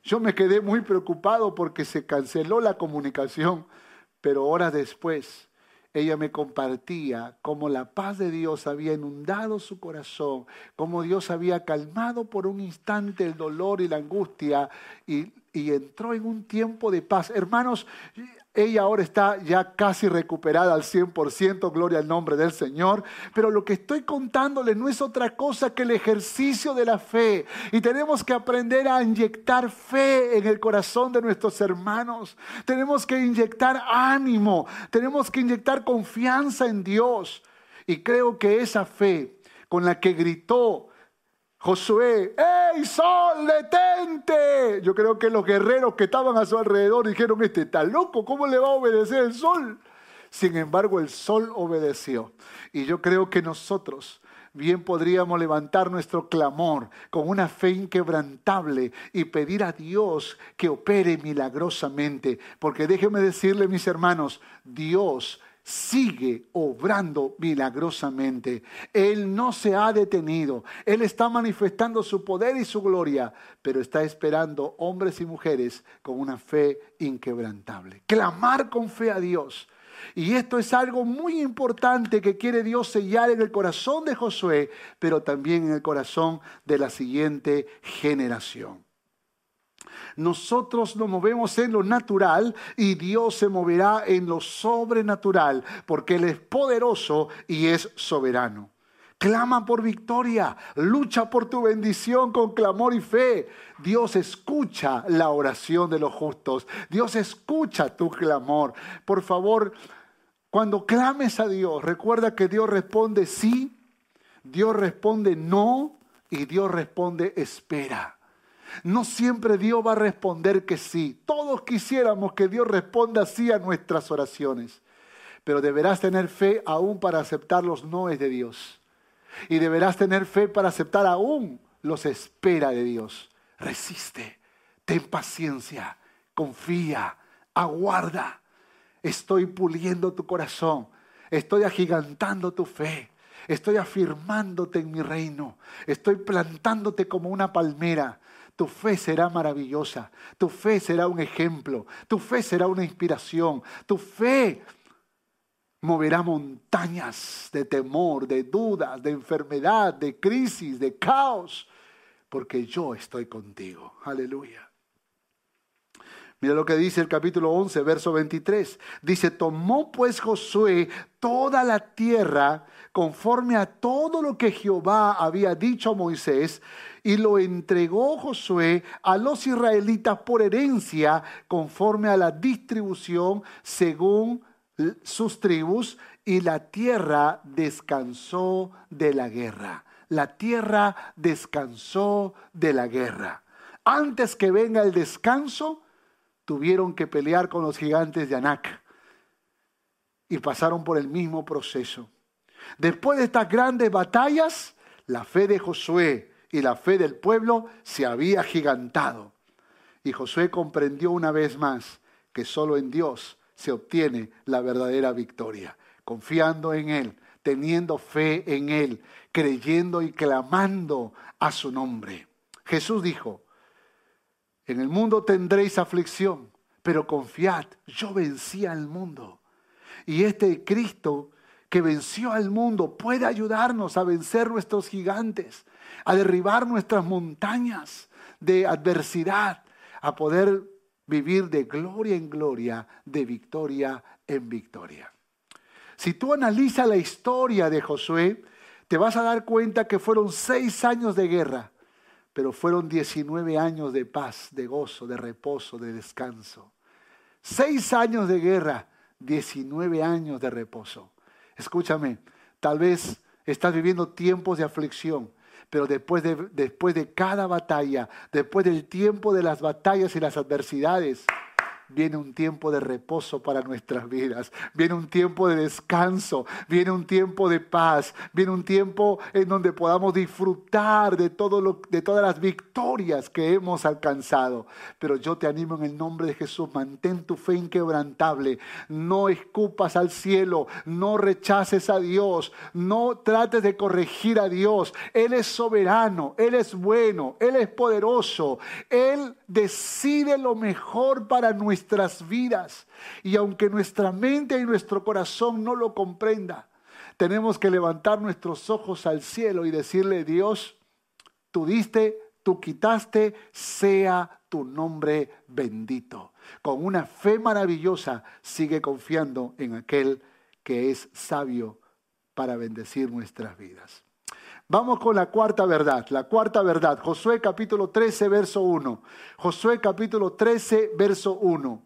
Yo me quedé muy preocupado porque se canceló la comunicación, pero horas después ella me compartía cómo la paz de Dios había inundado su corazón, cómo Dios había calmado por un instante el dolor y la angustia y, y entró en un tiempo de paz. Hermanos, ella ahora está ya casi recuperada al cien por ciento, gloria al nombre del Señor. Pero lo que estoy contándoles no es otra cosa que el ejercicio de la fe. Y tenemos que aprender a inyectar fe en el corazón de nuestros hermanos. Tenemos que inyectar ánimo, tenemos que inyectar confianza en Dios. Y creo que esa fe con la que gritó Josué, ¡ey, sol, detente! Yo creo que los guerreros que estaban a su alrededor dijeron, este está loco, ¿cómo le va a obedecer el sol? Sin embargo, el sol obedeció. Y yo creo que nosotros bien podríamos levantar nuestro clamor con una fe inquebrantable y pedir a Dios que opere milagrosamente. Porque déjenme decirle, mis hermanos, Dios sigue obrando milagrosamente. Él no se ha detenido. Él está manifestando su poder y su gloria, pero está esperando hombres y mujeres con una fe inquebrantable. Clamar con fe a Dios. Y esto es algo muy importante que quiere Dios sellar en el corazón de Josué, pero también en el corazón de la siguiente generación. Nosotros nos movemos en lo natural y Dios se moverá en lo sobrenatural, porque Él es poderoso y es soberano. Clama por victoria, lucha por tu bendición con clamor y fe. Dios escucha la oración de los justos. Dios escucha tu clamor. Por favor, cuando clames a Dios, recuerda que Dios responde sí, Dios responde no y Dios responde espera. No siempre Dios va a responder que sí. Todos quisiéramos que Dios responda sí a nuestras oraciones. Pero deberás tener fe aún para aceptar los noes de Dios. Y deberás tener fe para aceptar aún los espera de Dios. Resiste, ten paciencia, confía, aguarda. Estoy puliendo tu corazón. Estoy agigantando tu fe. Estoy afirmándote en mi reino. Estoy plantándote como una palmera. Tu fe será maravillosa, tu fe será un ejemplo, tu fe será una inspiración, tu fe moverá montañas de temor, de dudas, de enfermedad, de crisis, de caos, porque yo estoy contigo. Aleluya. Mira lo que dice el capítulo once, verso veintitrés. Dice, tomó pues Josué toda la tierra conforme a todo lo que Jehová había dicho a Moisés, y lo entregó Josué a los israelitas por herencia conforme a la distribución según sus tribus, y la tierra descansó de la guerra. La tierra descansó de la guerra. Antes que venga el descanso, tuvieron que pelear con los gigantes de Anac y pasaron por el mismo proceso. Después de estas grandes batallas, la fe de Josué y la fe del pueblo se había agigantado. Y Josué comprendió una vez más que solo en Dios se obtiene la verdadera victoria. Confiando en Él, teniendo fe en Él, creyendo y clamando a su nombre. Jesús dijo, en el mundo tendréis aflicción, pero confiad, yo vencí al mundo. Y este Cristo que venció al mundo puede ayudarnos a vencer nuestros gigantes, a derribar nuestras montañas de adversidad, a poder vivir de gloria en gloria, de victoria en victoria. Si tú analizas la historia de Josué, te vas a dar cuenta que fueron seis años de guerra, pero fueron diecinueve años de paz, de gozo, de reposo, de descanso. Seis años de guerra, diecinueve años de reposo. Escúchame, tal vez estás viviendo tiempos de aflicción, pero después de, después de cada batalla, después del tiempo de las batallas y las adversidades, viene un tiempo de reposo para nuestras vidas, viene un tiempo de descanso, viene un tiempo de paz, viene un tiempo en donde podamos disfrutar de, todo lo, de todas las victorias que hemos alcanzado. Pero yo te animo en el nombre de Jesús, mantén tu fe inquebrantable, no escupas al cielo, no rechaces a Dios, no trates de corregir a Dios. Él es soberano, Él es bueno, Él es poderoso, Él decide lo mejor para nuestras vidas. Y aunque nuestra mente y nuestro corazón no lo comprenda, tenemos que levantar nuestros ojos al cielo y decirle: Dios, tú diste, tú quitaste, sea tu nombre bendito. Con una fe maravillosa, sigue confiando en aquel que es sabio para bendecir nuestras vidas. Vamos con la cuarta verdad, la cuarta verdad. Josué capítulo trece, verso uno. Josué capítulo trece, verso uno.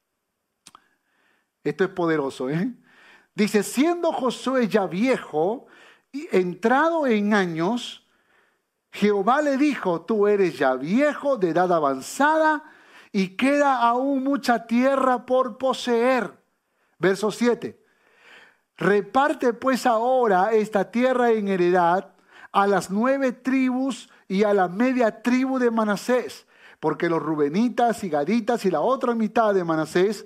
Esto es poderoso, ¿eh? Dice: siendo Josué ya viejo y entrado en años, Jehová le dijo: tú eres ya viejo, de edad avanzada, y queda aún mucha tierra por poseer. Verso siete. Reparte pues ahora esta tierra en heredad a las nueve tribus y a la media tribu de Manasés, porque los rubenitas y gaditas y la otra mitad de Manasés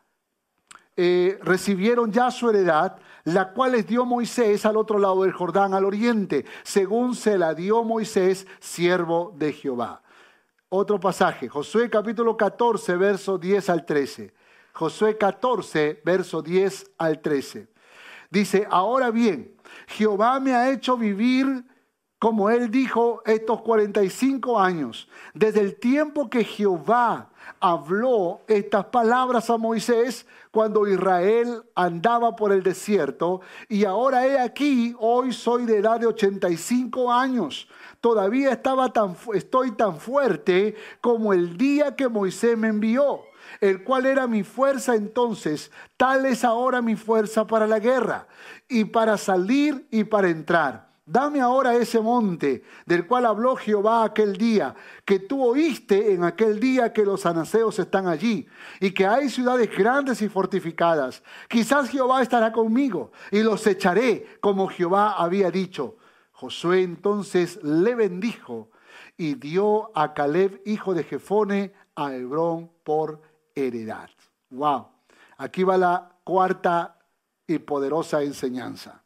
eh, recibieron ya su heredad, la cual les dio Moisés al otro lado del Jordán, al oriente, según se la dio Moisés, siervo de Jehová. Otro pasaje, Josué capítulo catorce, verso diez al trece. Josué catorce, verso diez al trece. Dice: ahora bien, Jehová me ha hecho vivir, como él dijo, estos cuarenta y cinco años, desde el tiempo que Jehová habló estas palabras a Moisés cuando Israel andaba por el desierto, y ahora he aquí, hoy soy de edad de ochenta y cinco años. Todavía estaba tan, estoy tan fuerte como el día que Moisés me envió, el cual era mi fuerza entonces, tal es ahora mi fuerza para la guerra, y para salir y para entrar. Dame ahora ese monte del cual habló Jehová aquel día, que tú oíste en aquel día que los anaseos están allí, y que hay ciudades grandes y fortificadas. Quizás Jehová estará conmigo, y los echaré, como Jehová había dicho. Josué entonces le bendijo, y dio a Caleb, hijo de Jefone, a Hebrón por heredad. Wow. Aquí va la cuarta y poderosa enseñanza.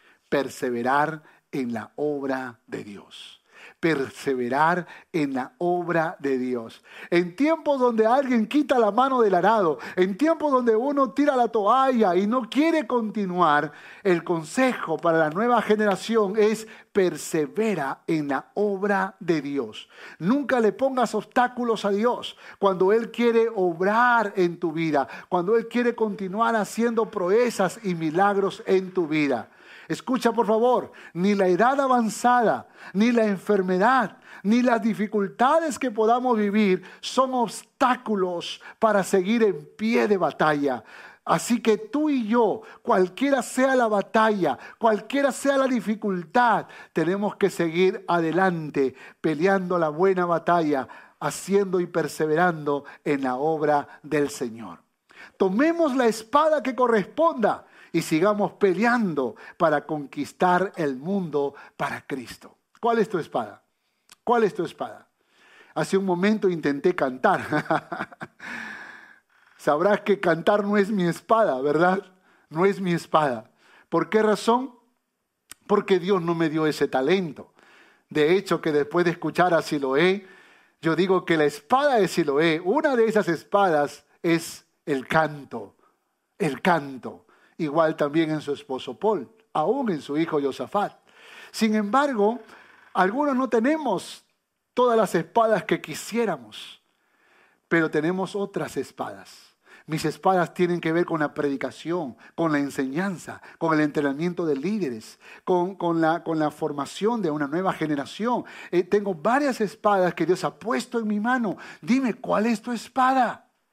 Perseverar en la obra de Dios. Perseverar en la obra de Dios. En tiempos donde alguien quita la mano del arado, en tiempos donde uno tira la toalla y no quiere continuar, el consejo para la nueva generación es: persevera en la obra de Dios. Nunca le pongas obstáculos a Dios cuando Él quiere obrar en tu vida, cuando Él quiere continuar haciendo proezas y milagros en tu vida. Escucha, por favor, ni la edad avanzada, ni la enfermedad, ni las dificultades que podamos vivir son obstáculos para seguir en pie de batalla. Así que tú y yo, cualquiera sea la batalla, cualquiera sea la dificultad, tenemos que seguir adelante, peleando la buena batalla, haciendo y perseverando en la obra del Señor. Tomemos la espada que corresponda y sigamos peleando para conquistar el mundo para Cristo. ¿Cuál es tu espada? ¿Cuál es tu espada? Hace un momento intenté cantar. Sabrás que cantar no es mi espada, ¿verdad? No es mi espada. ¿Por qué razón? Porque Dios no me dio ese talento. De hecho, que después de escuchar a Siloé, yo digo que la espada de Siloé, una de esas espadas es el canto. El canto. Igual también en su esposo Paul, aún en su hijo Josafat. Sin embargo, algunos no tenemos todas las espadas que quisiéramos, pero tenemos otras espadas. Mis espadas tienen que ver con la predicación, con la enseñanza, con el entrenamiento de líderes, con, con, la, con la formación de una nueva generación. Eh, tengo varias espadas que Dios ha puesto en mi mano. Dime, ¿cuál es tu espada?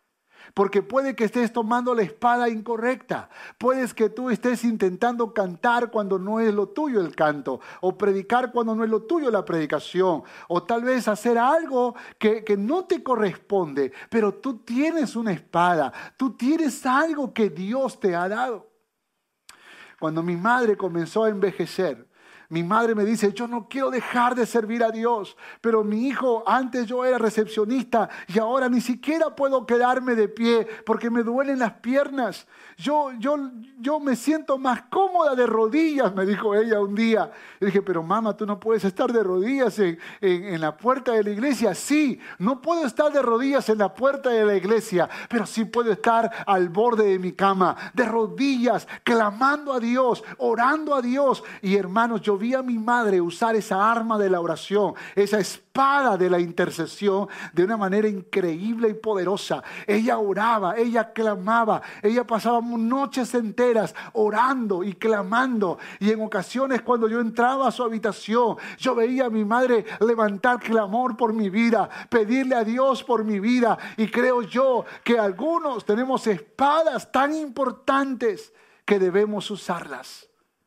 Porque puede que estés tomando la espada incorrecta. Puedes que tú estés intentando cantar cuando no es lo tuyo el canto. O predicar cuando no es lo tuyo la predicación. O tal vez hacer algo que, que no te corresponde. Pero tú tienes una espada. Tú tienes algo que Dios te ha dado. Cuando mi madre comenzó a envejecer, mi madre me dice, yo no quiero dejar de servir a Dios, pero mi hijo, antes yo era recepcionista y ahora ni siquiera puedo quedarme de pie porque me duelen las piernas. Yo, yo, yo me siento más cómoda de rodillas, me dijo ella un día. Y dije, pero mamá, tú no puedes estar de rodillas en, en, en la puerta de la iglesia. Sí, no puedo estar de rodillas en la puerta de la iglesia, pero sí puedo estar al borde de mi cama, de rodillas, clamando a Dios, orando a Dios. Y hermanos, yo vi a mi madre usar esa arma de la oración, esa espada de la intercesión de una manera increíble y poderosa. Ella oraba, ella clamaba, ella pasaba noches enteras orando y clamando. Y en ocasiones cuando yo entraba a su habitación, yo veía a mi madre levantar clamor por mi vida, pedirle a Dios por mi vida. Y creo yo que algunos tenemos espadas tan importantes que debemos usarlas.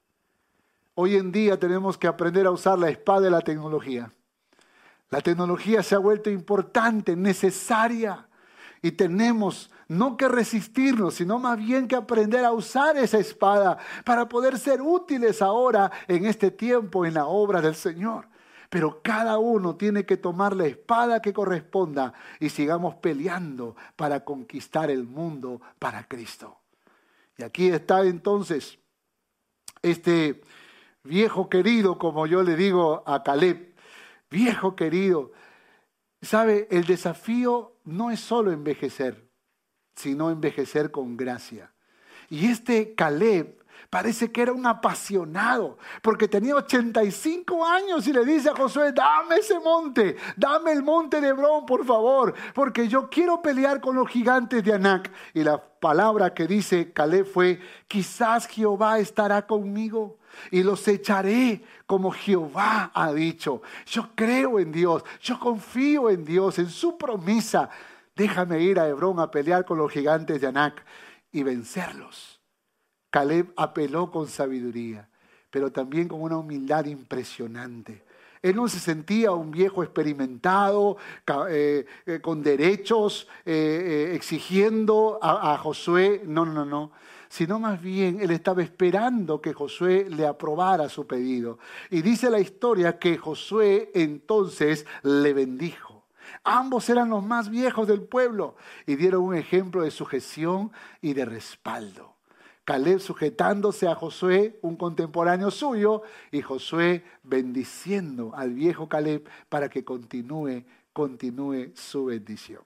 Hoy en día tenemos que aprender a usar la espada de la tecnología. La tecnología se ha vuelto importante, necesaria. Y tenemos no que resistirnos, sino más bien que aprender a usar esa espada para poder ser útiles ahora en este tiempo en la obra del Señor. Pero cada uno tiene que tomar la espada que corresponda y sigamos peleando para conquistar el mundo para Cristo. Y aquí está entonces este viejo querido, como yo le digo a Caleb, viejo querido. ¿Sabe? El desafío no es solo envejecer, sino envejecer con gracia. Y este Caleb parece que era un apasionado, porque tenía ochenta y cinco años y le dice a Josué, dame ese monte, dame el monte de Hebrón, por favor, porque yo quiero pelear con los gigantes de Anac. Y la palabra que dice Caleb fue, quizás Jehová estará conmigo y los echaré como Jehová ha dicho. Yo creo en Dios, yo confío en Dios, en su promesa. Déjame ir a Hebrón a pelear con los gigantes de Anac y vencerlos. Caleb apeló con sabiduría, pero también con una humildad impresionante. Él no se sentía un viejo experimentado, eh, eh, con derechos, eh, eh, exigiendo a, a Josué. No, no, no. Sino más bien él estaba esperando que Josué le aprobara su pedido. Y dice la historia que Josué entonces le bendijo. Ambos eran los más viejos del pueblo y dieron un ejemplo de sujeción y de respaldo. Caleb sujetándose a Josué, un contemporáneo suyo, y Josué bendiciendo al viejo Caleb para que continúe, continúe su bendición.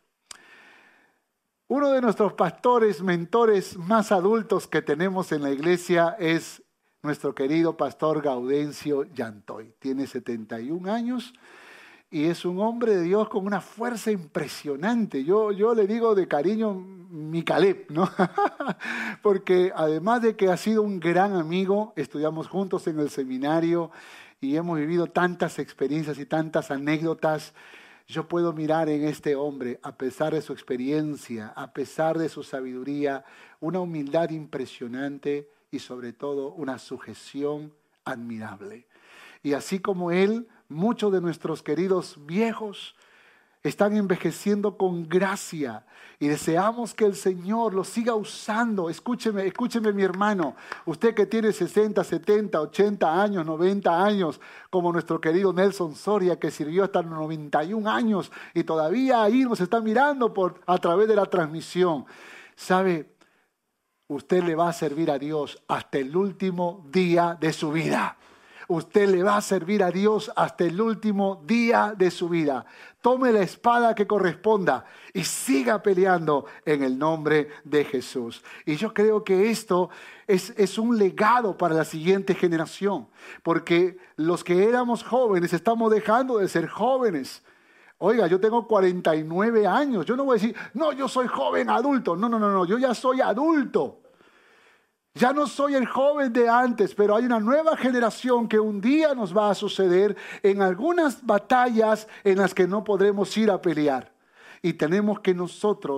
Uno de nuestros pastores, mentores más adultos que tenemos en la iglesia es nuestro querido pastor Gaudencio Yantoy. Tiene setenta y un años y es un hombre de Dios con una fuerza impresionante. Yo, yo le digo de cariño mi Caleb, ¿no? Porque además de que ha sido un gran amigo, estudiamos juntos en el seminario y hemos vivido tantas experiencias y tantas anécdotas. Yo puedo mirar en este hombre, a pesar de su experiencia, a pesar de su sabiduría, una humildad impresionante y sobre todo una sujeción admirable. Y así como él, muchos de nuestros queridos viejos están envejeciendo con gracia y deseamos que el Señor los siga usando. Escúcheme, escúcheme mi hermano, usted que tiene sesenta, setenta, ochenta años, noventa años, como nuestro querido Nelson Soria que sirvió hasta los noventa y un años y todavía ahí nos está mirando por, a través de la transmisión. ¿Sabe? Usted le va a servir a Dios hasta el último día de su vida. Usted le va a servir a Dios hasta el último día de su vida. Tome la espada que corresponda y siga peleando en el nombre de Jesús. Y yo creo que esto es, es un legado para la siguiente generación, porque los que éramos jóvenes estamos dejando de ser jóvenes. Oiga, yo tengo cuarenta y nueve años. Yo no voy a decir, no, yo soy joven adulto. No, no, no, no, yo ya soy adulto. Ya no soy el joven de antes, pero hay una nueva generación que un día nos va a suceder en algunas batallas en las que no podremos ir a pelear. Y tenemos que nosotros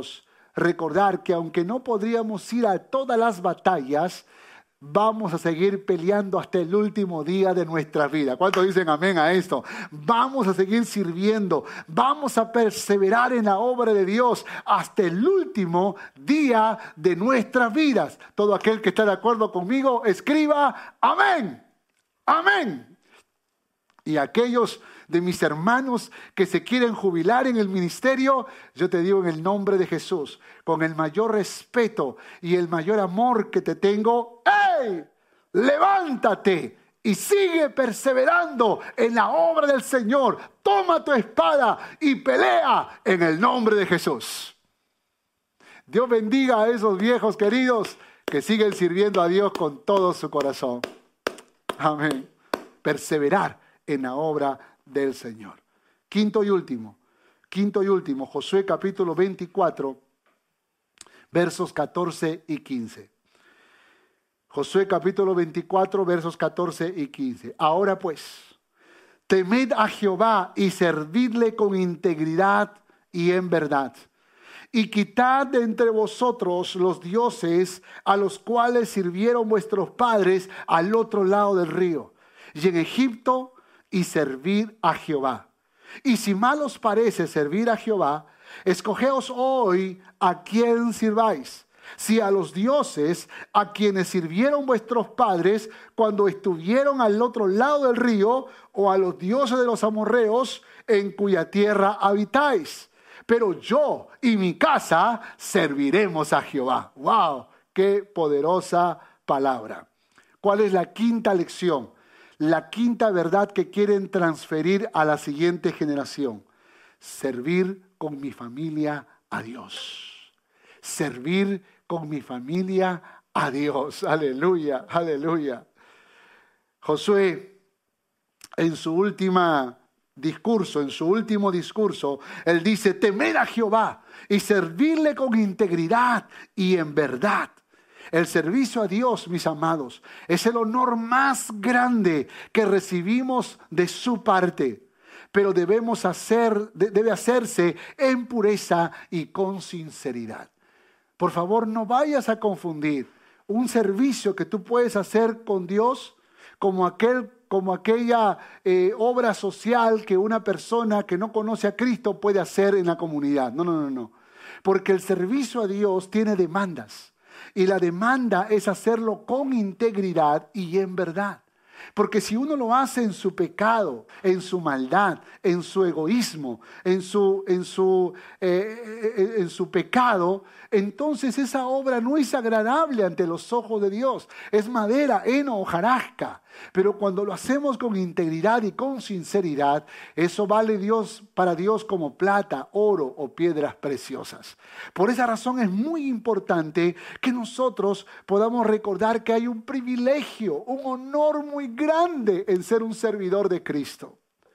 recordar que aunque no podríamos ir a todas las batallas, vamos a seguir peleando hasta el último día de nuestra vida. ¿Cuántos dicen amén a esto? Vamos a seguir sirviendo. Vamos a perseverar en la obra de Dios hasta el último día de nuestras vidas. Todo aquel que está de acuerdo conmigo, escriba amén. Amén. Y aquellos de mis hermanos que se quieren jubilar en el ministerio, yo te digo en el nombre de Jesús, con el mayor respeto y el mayor amor que te tengo, ¡hey! Levántate y sigue perseverando en la obra del Señor. Toma tu espada y pelea en el nombre de Jesús. Dios bendiga a esos viejos queridos que siguen sirviendo a Dios con todo su corazón. Amén. Perseverar en la obra del Señor. Quinto y último, quinto y último, Josué capítulo veinticuatro, versos catorce y quince. Josué capítulo veinticuatro, versos catorce y quince. Ahora pues, temed a Jehová y servidle con integridad y en verdad. Y quitad de entre vosotros los dioses a los cuales sirvieron vuestros padres al otro lado del río. Y en Egipto, y servir a Jehová. Y si mal os parece servir a Jehová, escogeos hoy a quién sirváis. Si a los dioses a quienes sirvieron vuestros padres cuando estuvieron al otro lado del río, o a los dioses de los amorreos en cuya tierra habitáis. Pero yo y mi casa serviremos a Jehová. ¡Wow! ¡Qué poderosa palabra! ¿Cuál es la quinta lección? La quinta verdad que quieren transferir a la siguiente generación. Servir con mi familia a Dios. Servir con mi familia a Dios. Aleluya, aleluya. Josué, en su última discurso, en su último discurso, él dice, temed a Jehová y servirle con integridad y en verdad. El servicio a Dios, mis amados, es el honor más grande que recibimos de su parte. Pero debemos hacer, debe hacerse en pureza y con sinceridad. Por favor, no vayas a confundir un servicio que tú puedes hacer con Dios como aquel como aquella eh, obra social que una persona que no conoce a Cristo puede hacer en la comunidad. No, no, no, no. Porque el servicio a Dios tiene demandas. Y la demanda es hacerlo con integridad y en verdad. Porque si uno lo hace en su pecado, en su maldad, en su egoísmo, en su, en su, eh, en su pecado, entonces esa obra no es agradable ante los ojos de Dios. Es madera, heno, hojarasca. Pero cuando lo hacemos con integridad y con sinceridad, eso vale Dios, para Dios como plata, oro o piedras preciosas. Por esa razón es muy importante que nosotros podamos recordar que hay un privilegio, un honor muy grande en ser un servidor de Cristo.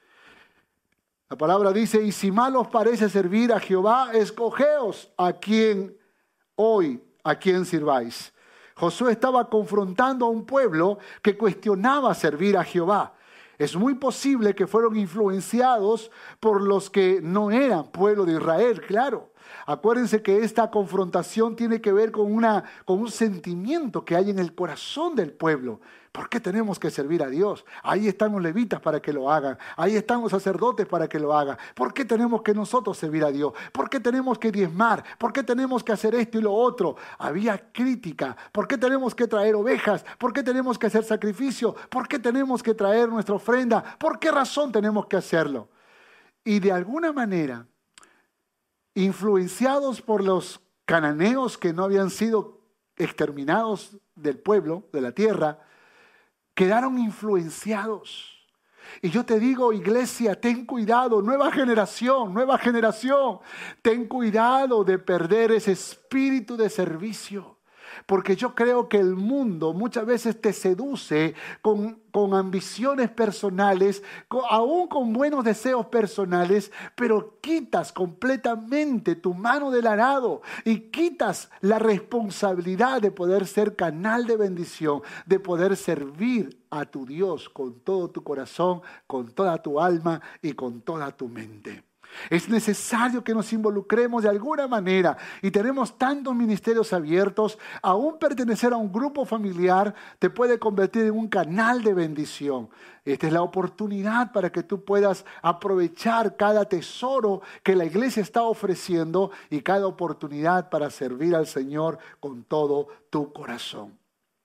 La palabra dice, y si mal os parece servir a Jehová, escogeos a quien hoy, a quien sirváis. Josué estaba confrontando a un pueblo que cuestionaba servir a Jehová. Es muy posible que fueron influenciados por los que no eran pueblo de Israel, claro. Acuérdense que esta confrontación tiene que ver con, una, con un sentimiento que hay en el corazón del pueblo. ¿Por qué tenemos que servir a Dios? Ahí están los levitas para que lo hagan. Ahí están los sacerdotes para que lo hagan. ¿Por qué tenemos que nosotros servir a Dios? ¿Por qué tenemos que diezmar? ¿Por qué tenemos que hacer esto y lo otro? Había crítica. ¿Por qué tenemos que traer ovejas? ¿Por qué tenemos que hacer sacrificio? ¿Por qué tenemos que traer nuestra ofrenda? ¿Por qué razón tenemos que hacerlo? Y de alguna manera, influenciados por los cananeos que no habían sido exterminados del pueblo, de la tierra, quedaron influenciados. Y yo te digo, iglesia, ten cuidado, nueva generación, nueva generación, ten cuidado de perder ese espíritu de servicio. Porque yo creo que el mundo muchas veces te seduce con, con ambiciones personales, con, aún con buenos deseos personales, pero quitas completamente tu mano del arado y quitas la responsabilidad de poder ser canal de bendición, de poder servir a tu Dios con todo tu corazón, con toda tu alma y con toda tu mente. Es necesario que nos involucremos de alguna manera y tenemos tantos ministerios abiertos. Aún pertenecer a un grupo familiar te puede convertir en un canal de bendición. Esta es la oportunidad para que tú puedas aprovechar cada tesoro que la iglesia está ofreciendo y cada oportunidad para servir al Señor con todo tu corazón.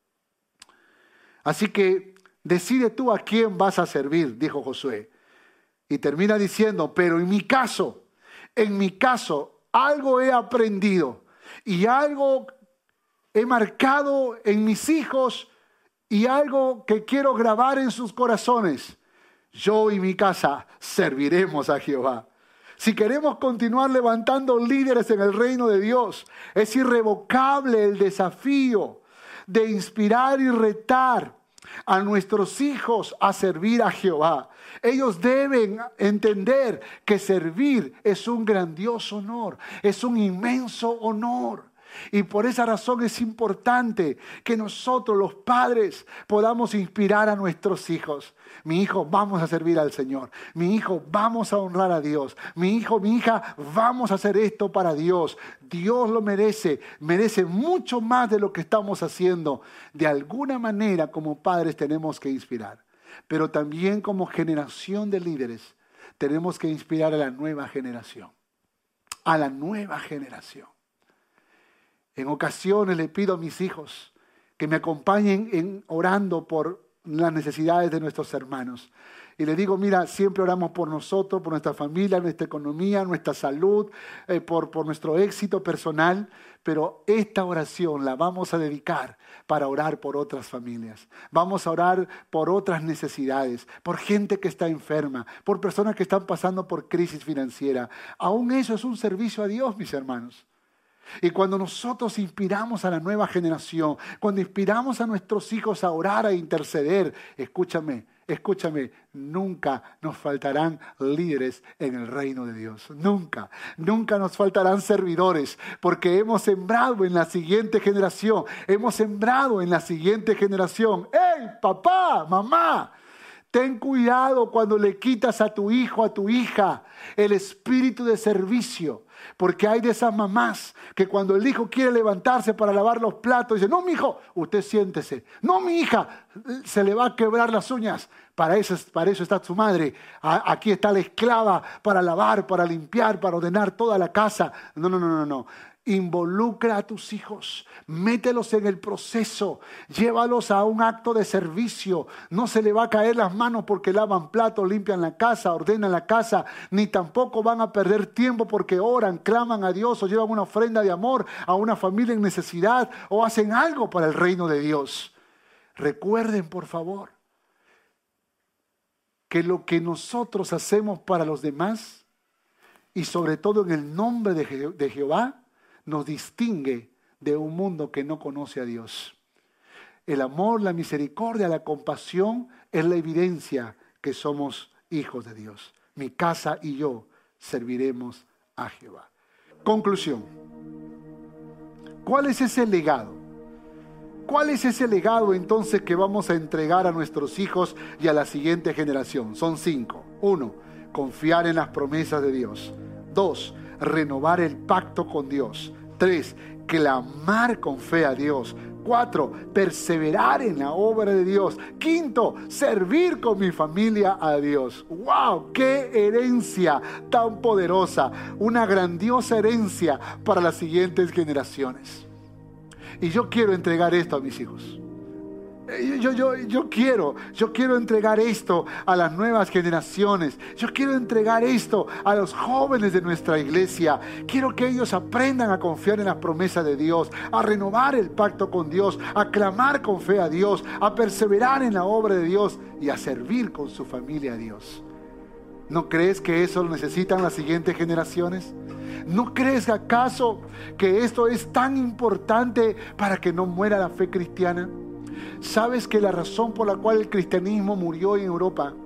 Así que decide tú a quién vas a servir, dijo Josué. Y termina diciendo, pero en mi caso, en mi caso, algo he aprendido y algo he marcado en mis hijos y algo que quiero grabar en sus corazones. Yo y mi casa serviremos a Jehová. Si queremos continuar levantando líderes en el reino de Dios, es irrevocable el desafío de inspirar y retar a nuestros hijos a servir a Jehová. Ellos deben entender que servir es un grandioso honor, es un inmenso honor. Y por esa razón es importante que nosotros los padres podamos inspirar a nuestros hijos. Mi hijo, vamos a servir al Señor. Mi hijo, vamos a honrar a Dios. Mi hijo, mi hija, vamos a hacer esto para Dios. Dios lo merece, merece mucho más de lo que estamos haciendo. De alguna manera, como padres tenemos que inspirar. Pero también como generación de líderes tenemos que inspirar a la nueva generación. A la nueva generación. En ocasiones le pido a mis hijos que me acompañen en orando por las necesidades de nuestros hermanos. Y les digo, mira, siempre oramos por nosotros, por nuestra familia, nuestra economía, nuestra salud, eh, por, por nuestro éxito personal. Pero esta oración la vamos a dedicar para orar por otras familias. Vamos a orar por otras necesidades, por gente que está enferma, por personas que están pasando por crisis financiera. Aún eso es un servicio a Dios, mis hermanos. Y cuando nosotros inspiramos a la nueva generación, cuando inspiramos a nuestros hijos a orar, a interceder, escúchame, escúchame, nunca nos faltarán líderes en el reino de Dios. Nunca, nunca nos faltarán servidores, porque hemos sembrado en la siguiente generación, hemos sembrado en la siguiente generación. ¡Hey, papá, mamá! Ten cuidado cuando le quitas a tu hijo, a tu hija, el espíritu de servicio. Porque hay de esas mamás que cuando el hijo quiere levantarse para lavar los platos, dice, no, mi hijo, usted siéntese. No, mi hija, se le va a quebrar las uñas. Para eso, para eso está su madre. Aquí está la esclava para lavar, para limpiar, para ordenar toda la casa. No, no, no, no, no. Involucra a tus hijos, mételos en el proceso, llévalos a un acto de servicio. No se le va a caer las manos porque lavan platos, limpian la casa, ordenan la casa, ni tampoco van a perder tiempo porque oran, claman a Dios o llevan una ofrenda de amor a una familia en necesidad o hacen algo para el reino de Dios. Recuerden, por favor, que lo que nosotros hacemos para los demás y sobre todo en el nombre de, Je- de Jehová nos distingue de un mundo que no conoce a Dios. El amor, la misericordia, la compasión es la evidencia que somos hijos de Dios. Mi casa y yo serviremos a Jehová. Conclusión. ¿Cuál es ese legado? ¿Cuál es ese legado entonces que vamos a entregar a nuestros hijos y a la siguiente generación? Son cinco. Uno, confiar en las promesas de Dios. Dos, renovar el pacto con Dios. Tres, clamar con fe a Dios. Cuatro, perseverar en la obra de Dios. Quinto, servir con mi familia a Dios. ¡Wow! ¡Qué herencia tan poderosa! Una grandiosa herencia para las siguientes generaciones. Y yo quiero entregar esto a mis hijos. Yo, yo, yo, quiero, yo quiero entregar esto a las nuevas generaciones. Yo quiero entregar esto a los jóvenes de nuestra iglesia. Quiero que ellos aprendan a confiar en las promesas de Dios, a renovar el pacto con Dios, a clamar con fe a Dios, a perseverar en la obra de Dios y a servir con su familia a Dios. ¿No crees que eso lo necesitan las siguientes generaciones? ¿No crees acaso que esto es tan importante para que no muera la fe cristiana? ¿Sabes que la razón por la cual el cristianismo murió en Europa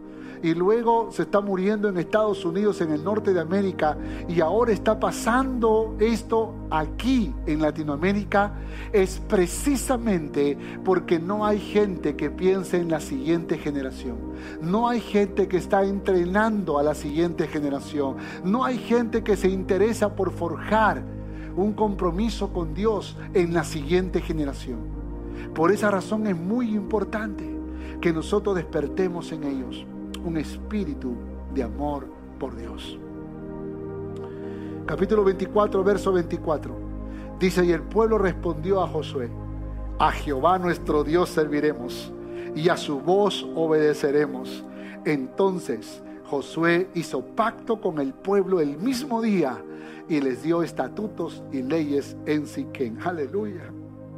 y luego se está muriendo en Estados Unidos, en el norte de América, y ahora está pasando esto aquí en Latinoamérica, es precisamente porque no hay gente que piense en la siguiente generación. No hay gente que está entrenando a la siguiente generación. No hay gente que se interesa por forjar un compromiso con Dios en la siguiente generación. Por esa razón es muy importante que nosotros despertemos en ellos un espíritu de amor por Dios. Capítulo veinticuatro, verso veinticuatro. Dice: y el pueblo respondió a Josué: a Jehová nuestro Dios serviremos, y a su voz obedeceremos. Entonces Josué hizo pacto con el pueblo el mismo día, y les dio estatutos y leyes en Siquén. Aleluya.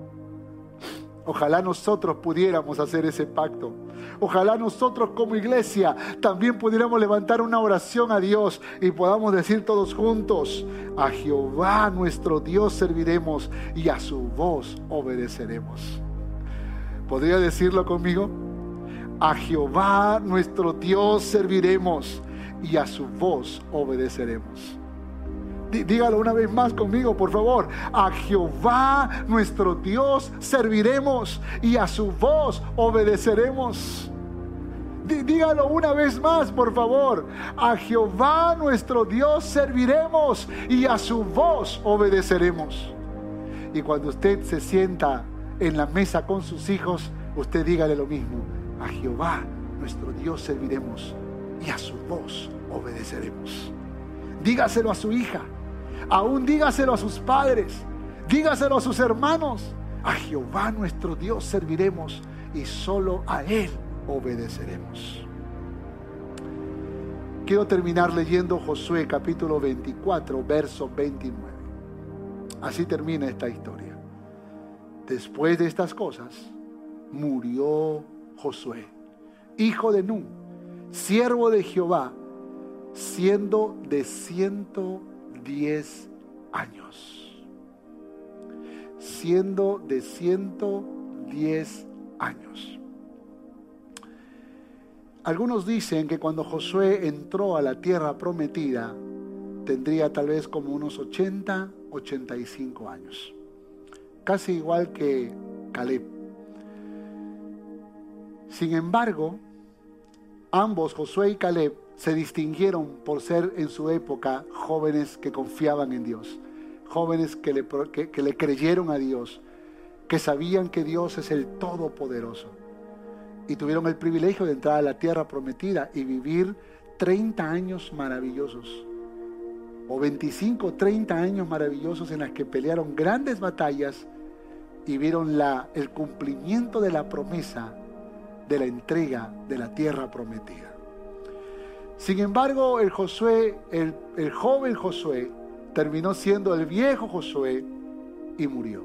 Ojalá nosotros pudiéramos hacer ese pacto. Ojalá nosotros como iglesia también pudiéramos levantar una oración a Dios y podamos decir todos juntos: a Jehová nuestro Dios serviremos, y a su voz obedeceremos. ¿Podría decirlo conmigo? A Jehová nuestro Dios serviremos, y a su voz obedeceremos. Dígalo una vez más conmigo, por favor. A Jehová nuestro Dios serviremos, y a su voz obedeceremos. Dígalo una vez más, por favor. A Jehová nuestro Dios serviremos, y a su voz obedeceremos. Y cuando usted se sienta en la mesa con sus hijos, usted dígale lo mismo: a Jehová nuestro Dios serviremos, y a su voz obedeceremos. Dígaselo a su hija, aún dígaselo a sus padres, dígaselo a sus hermanos: a Jehová nuestro Dios serviremos, y solo a Él obedeceremos. Quiero terminar leyendo Josué capítulo veinticuatro, verso veintinueve. Así termina esta historia. Después de estas cosas, murió Josué, hijo de Nun, siervo de Jehová, siendo de ciento diez años. Siendo de ciento diez años. Algunos dicen que cuando Josué entró a la tierra prometida, tendría tal vez como unos ochenta, ochenta y cinco años. Casi igual que Caleb. Sin embargo, ambos, Josué y Caleb, se distinguieron por ser en su época jóvenes que confiaban en Dios, jóvenes que le, que, que le creyeron a Dios, que sabían que Dios es el Todopoderoso, y tuvieron el privilegio de entrar a la tierra prometida y vivir treinta años maravillosos, o veinticinco, treinta años maravillosos en los que pelearon grandes batallas y vieron la, el cumplimiento de la promesa de la entrega de la tierra prometida. Sin embargo, el Josué, el, el joven Josué, terminó siendo el viejo Josué y murió.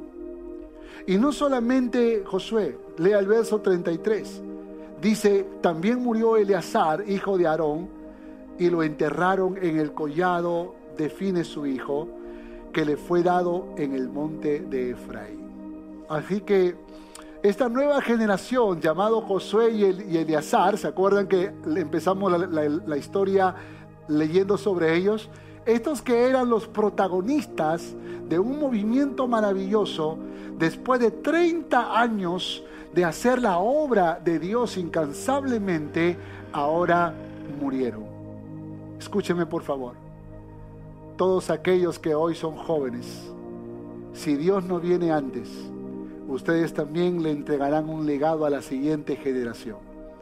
Y no solamente Josué, lea el verso treinta y tres. Dice: también murió Eleazar, hijo de Aarón, y lo enterraron en el collado de Fines su hijo, que le fue dado en el monte de Efraín. Así que esta nueva generación, llamado Josué y, el, y Eleazar, ¿se acuerdan que empezamos la, la, la historia leyendo sobre ellos? Estos que eran los protagonistas de un movimiento maravilloso, después de treinta años de hacer la obra de Dios incansablemente, ahora murieron. Escúcheme por favor. Todos aquellos que hoy son jóvenes, si Dios no viene antes, ustedes también le entregarán un legado a la siguiente generación.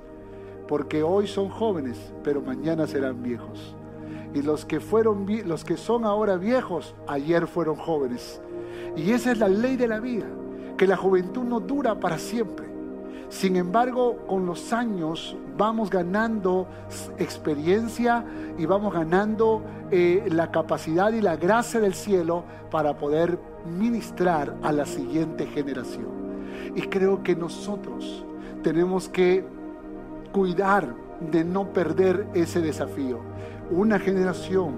Porque hoy son jóvenes, pero mañana serán viejos. Y los que fueron, los que son ahora viejos, ayer fueron jóvenes. Y esa es la ley de la vida, que la juventud no dura para siempre. Sin embargo, con los años vamos ganando experiencia y vamos ganando eh, la capacidad y la gracia del cielo para poder ministrar a la siguiente generación. Y creo que nosotros tenemos que cuidar de no perder ese desafío. Una generación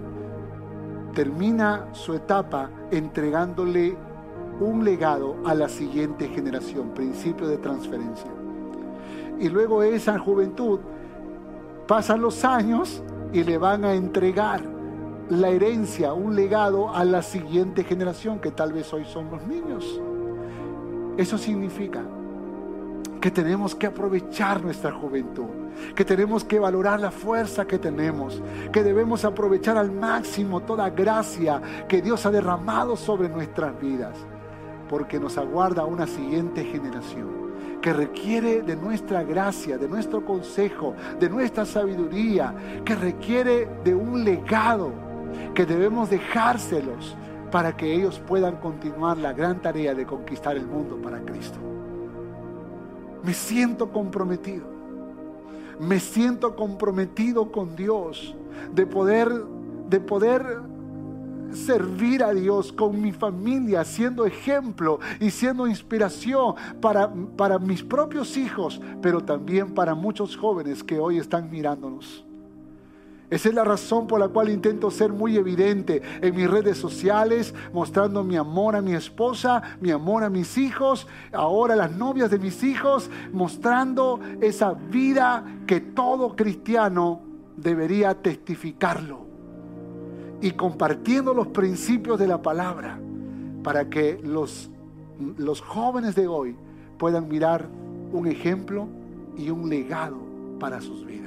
termina su etapa entregándole un legado a la siguiente generación, principio de transferencia. Y luego esa juventud pasan los años y le van a entregar la herencia, un legado a la siguiente generación, que tal vez hoy son los niños. Eso significa que tenemos que aprovechar nuestra juventud, que tenemos que valorar la fuerza que tenemos, que debemos aprovechar al máximo toda gracia que Dios ha derramado sobre nuestras vidas, porque nos aguarda una siguiente generación que requiere de nuestra gracia, de nuestro consejo, de nuestra sabiduría, que requiere de un legado que debemos dejárselos para que ellos puedan continuar la gran tarea de conquistar el mundo para Cristo. Me siento comprometido, me siento comprometido con Dios de poder, de poder servir a Dios con mi familia, siendo ejemplo y siendo inspiración para, para mis propios hijos, pero también para muchos jóvenes que hoy están mirándonos. Esa es la razón por la cual intento ser muy evidente en mis redes sociales, mostrando mi amor a mi esposa, mi amor a mis hijos, ahora a las novias de mis hijos, mostrando esa vida que todo cristiano debería testificarlo, y compartiendo los principios de la palabra para que los, los jóvenes de hoy puedan mirar un ejemplo y un legado para sus vidas.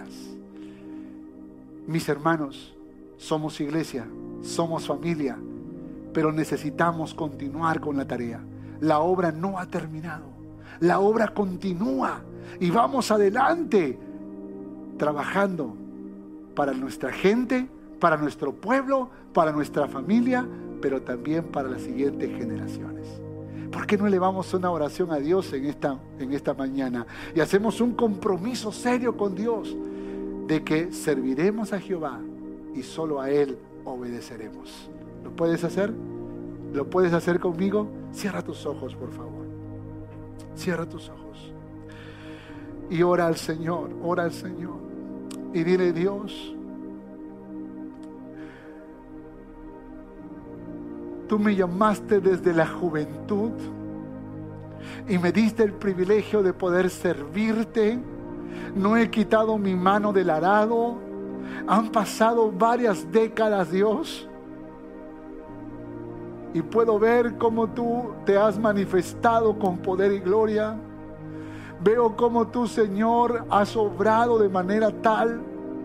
Mis hermanos, somos iglesia, somos familia, pero necesitamos continuar con la tarea. La obra no ha terminado, la obra continúa y vamos adelante trabajando para nuestra gente, para nuestro pueblo, para nuestra familia, pero también para las siguientes generaciones. ¿Por qué no elevamos una oración a Dios en esta, en esta mañana y hacemos un compromiso serio con Dios de que serviremos a Jehová y solo a Él obedeceremos? ¿Lo puedes hacer? ¿Lo puedes hacer conmigo? Cierra tus ojos, por favor. Cierra tus ojos y ora al Señor, ora al Señor y dile: Dios, tú me llamaste desde la juventud y me diste el privilegio de poder servirte. No he quitado mi mano del arado. Han pasado varias décadas, Dios, y puedo ver cómo tú te has manifestado con poder y gloria. Veo cómo tú, Señor, has obrado de manera tal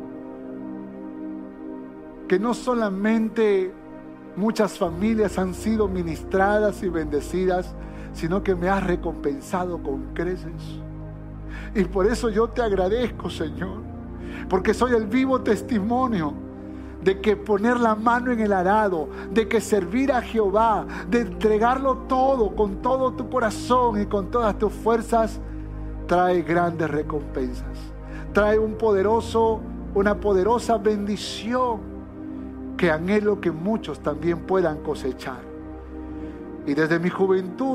que no solamente muchas familias han sido ministradas y bendecidas, sino que me has recompensado con creces. Y por eso yo te agradezco, Señor, porque soy el vivo testimonio de que poner la mano en el arado, de que servir a Jehová, de entregarlo todo, con todo tu corazón y con todas tus fuerzas, trae grandes recompensas, trae un poderoso, una poderosa bendición que anhelo que muchos también puedan cosechar. Y desde mi juventud,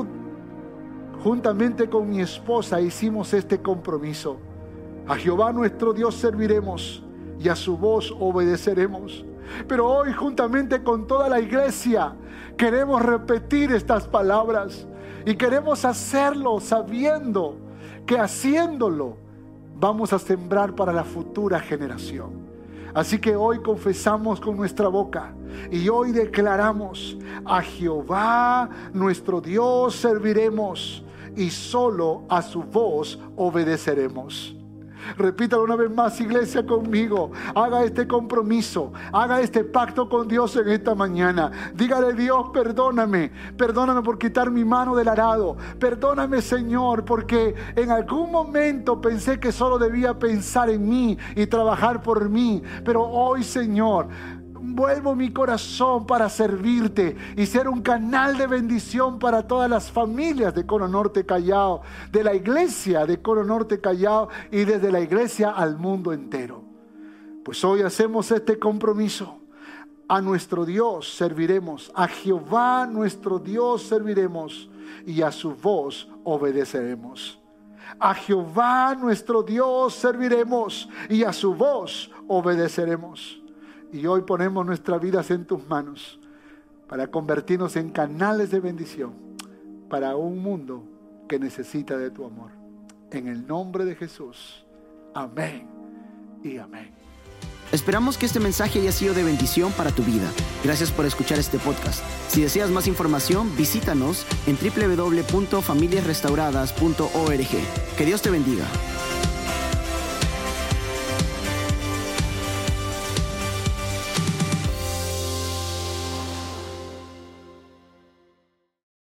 juntamente con mi esposa, hicimos este compromiso: a Jehová nuestro Dios serviremos y a su voz obedeceremos. Pero hoy, juntamente con toda la iglesia, queremos repetir estas palabras y queremos hacerlo sabiendo que haciéndolo vamos a sembrar para la futura generación. Así que hoy confesamos con nuestra boca y hoy declaramos: a Jehová nuestro Dios serviremos y solo a su voz obedeceremos. Repítalo una vez más, iglesia, conmigo. Haga este compromiso, haga este pacto con Dios en esta mañana. Dígale: Dios, perdóname, perdóname por quitar mi mano del arado. Perdóname, Señor, porque en algún momento pensé que solo debía pensar en mí y trabajar por mí. Pero hoy, Señor, vuelvo mi corazón para servirte y ser un canal de bendición para todas las familias de Cono Norte Callao, de la iglesia de Cono Norte Callao y desde la iglesia al mundo entero. Pues hoy hacemos este compromiso: a nuestro Dios serviremos, a Jehová nuestro Dios serviremos y a su voz obedeceremos. A Jehová nuestro Dios serviremos y a su voz obedeceremos. Y hoy ponemos nuestras vidas en tus manos para convertirnos en canales de bendición para un mundo que necesita de tu amor. En el nombre de Jesús. Amén y amén. Esperamos que este mensaje haya sido de bendición para tu vida. Gracias por escuchar este podcast. Si deseas más información, visítanos en doble u doble u doble u punto familias restauradas punto org. Que Dios te bendiga.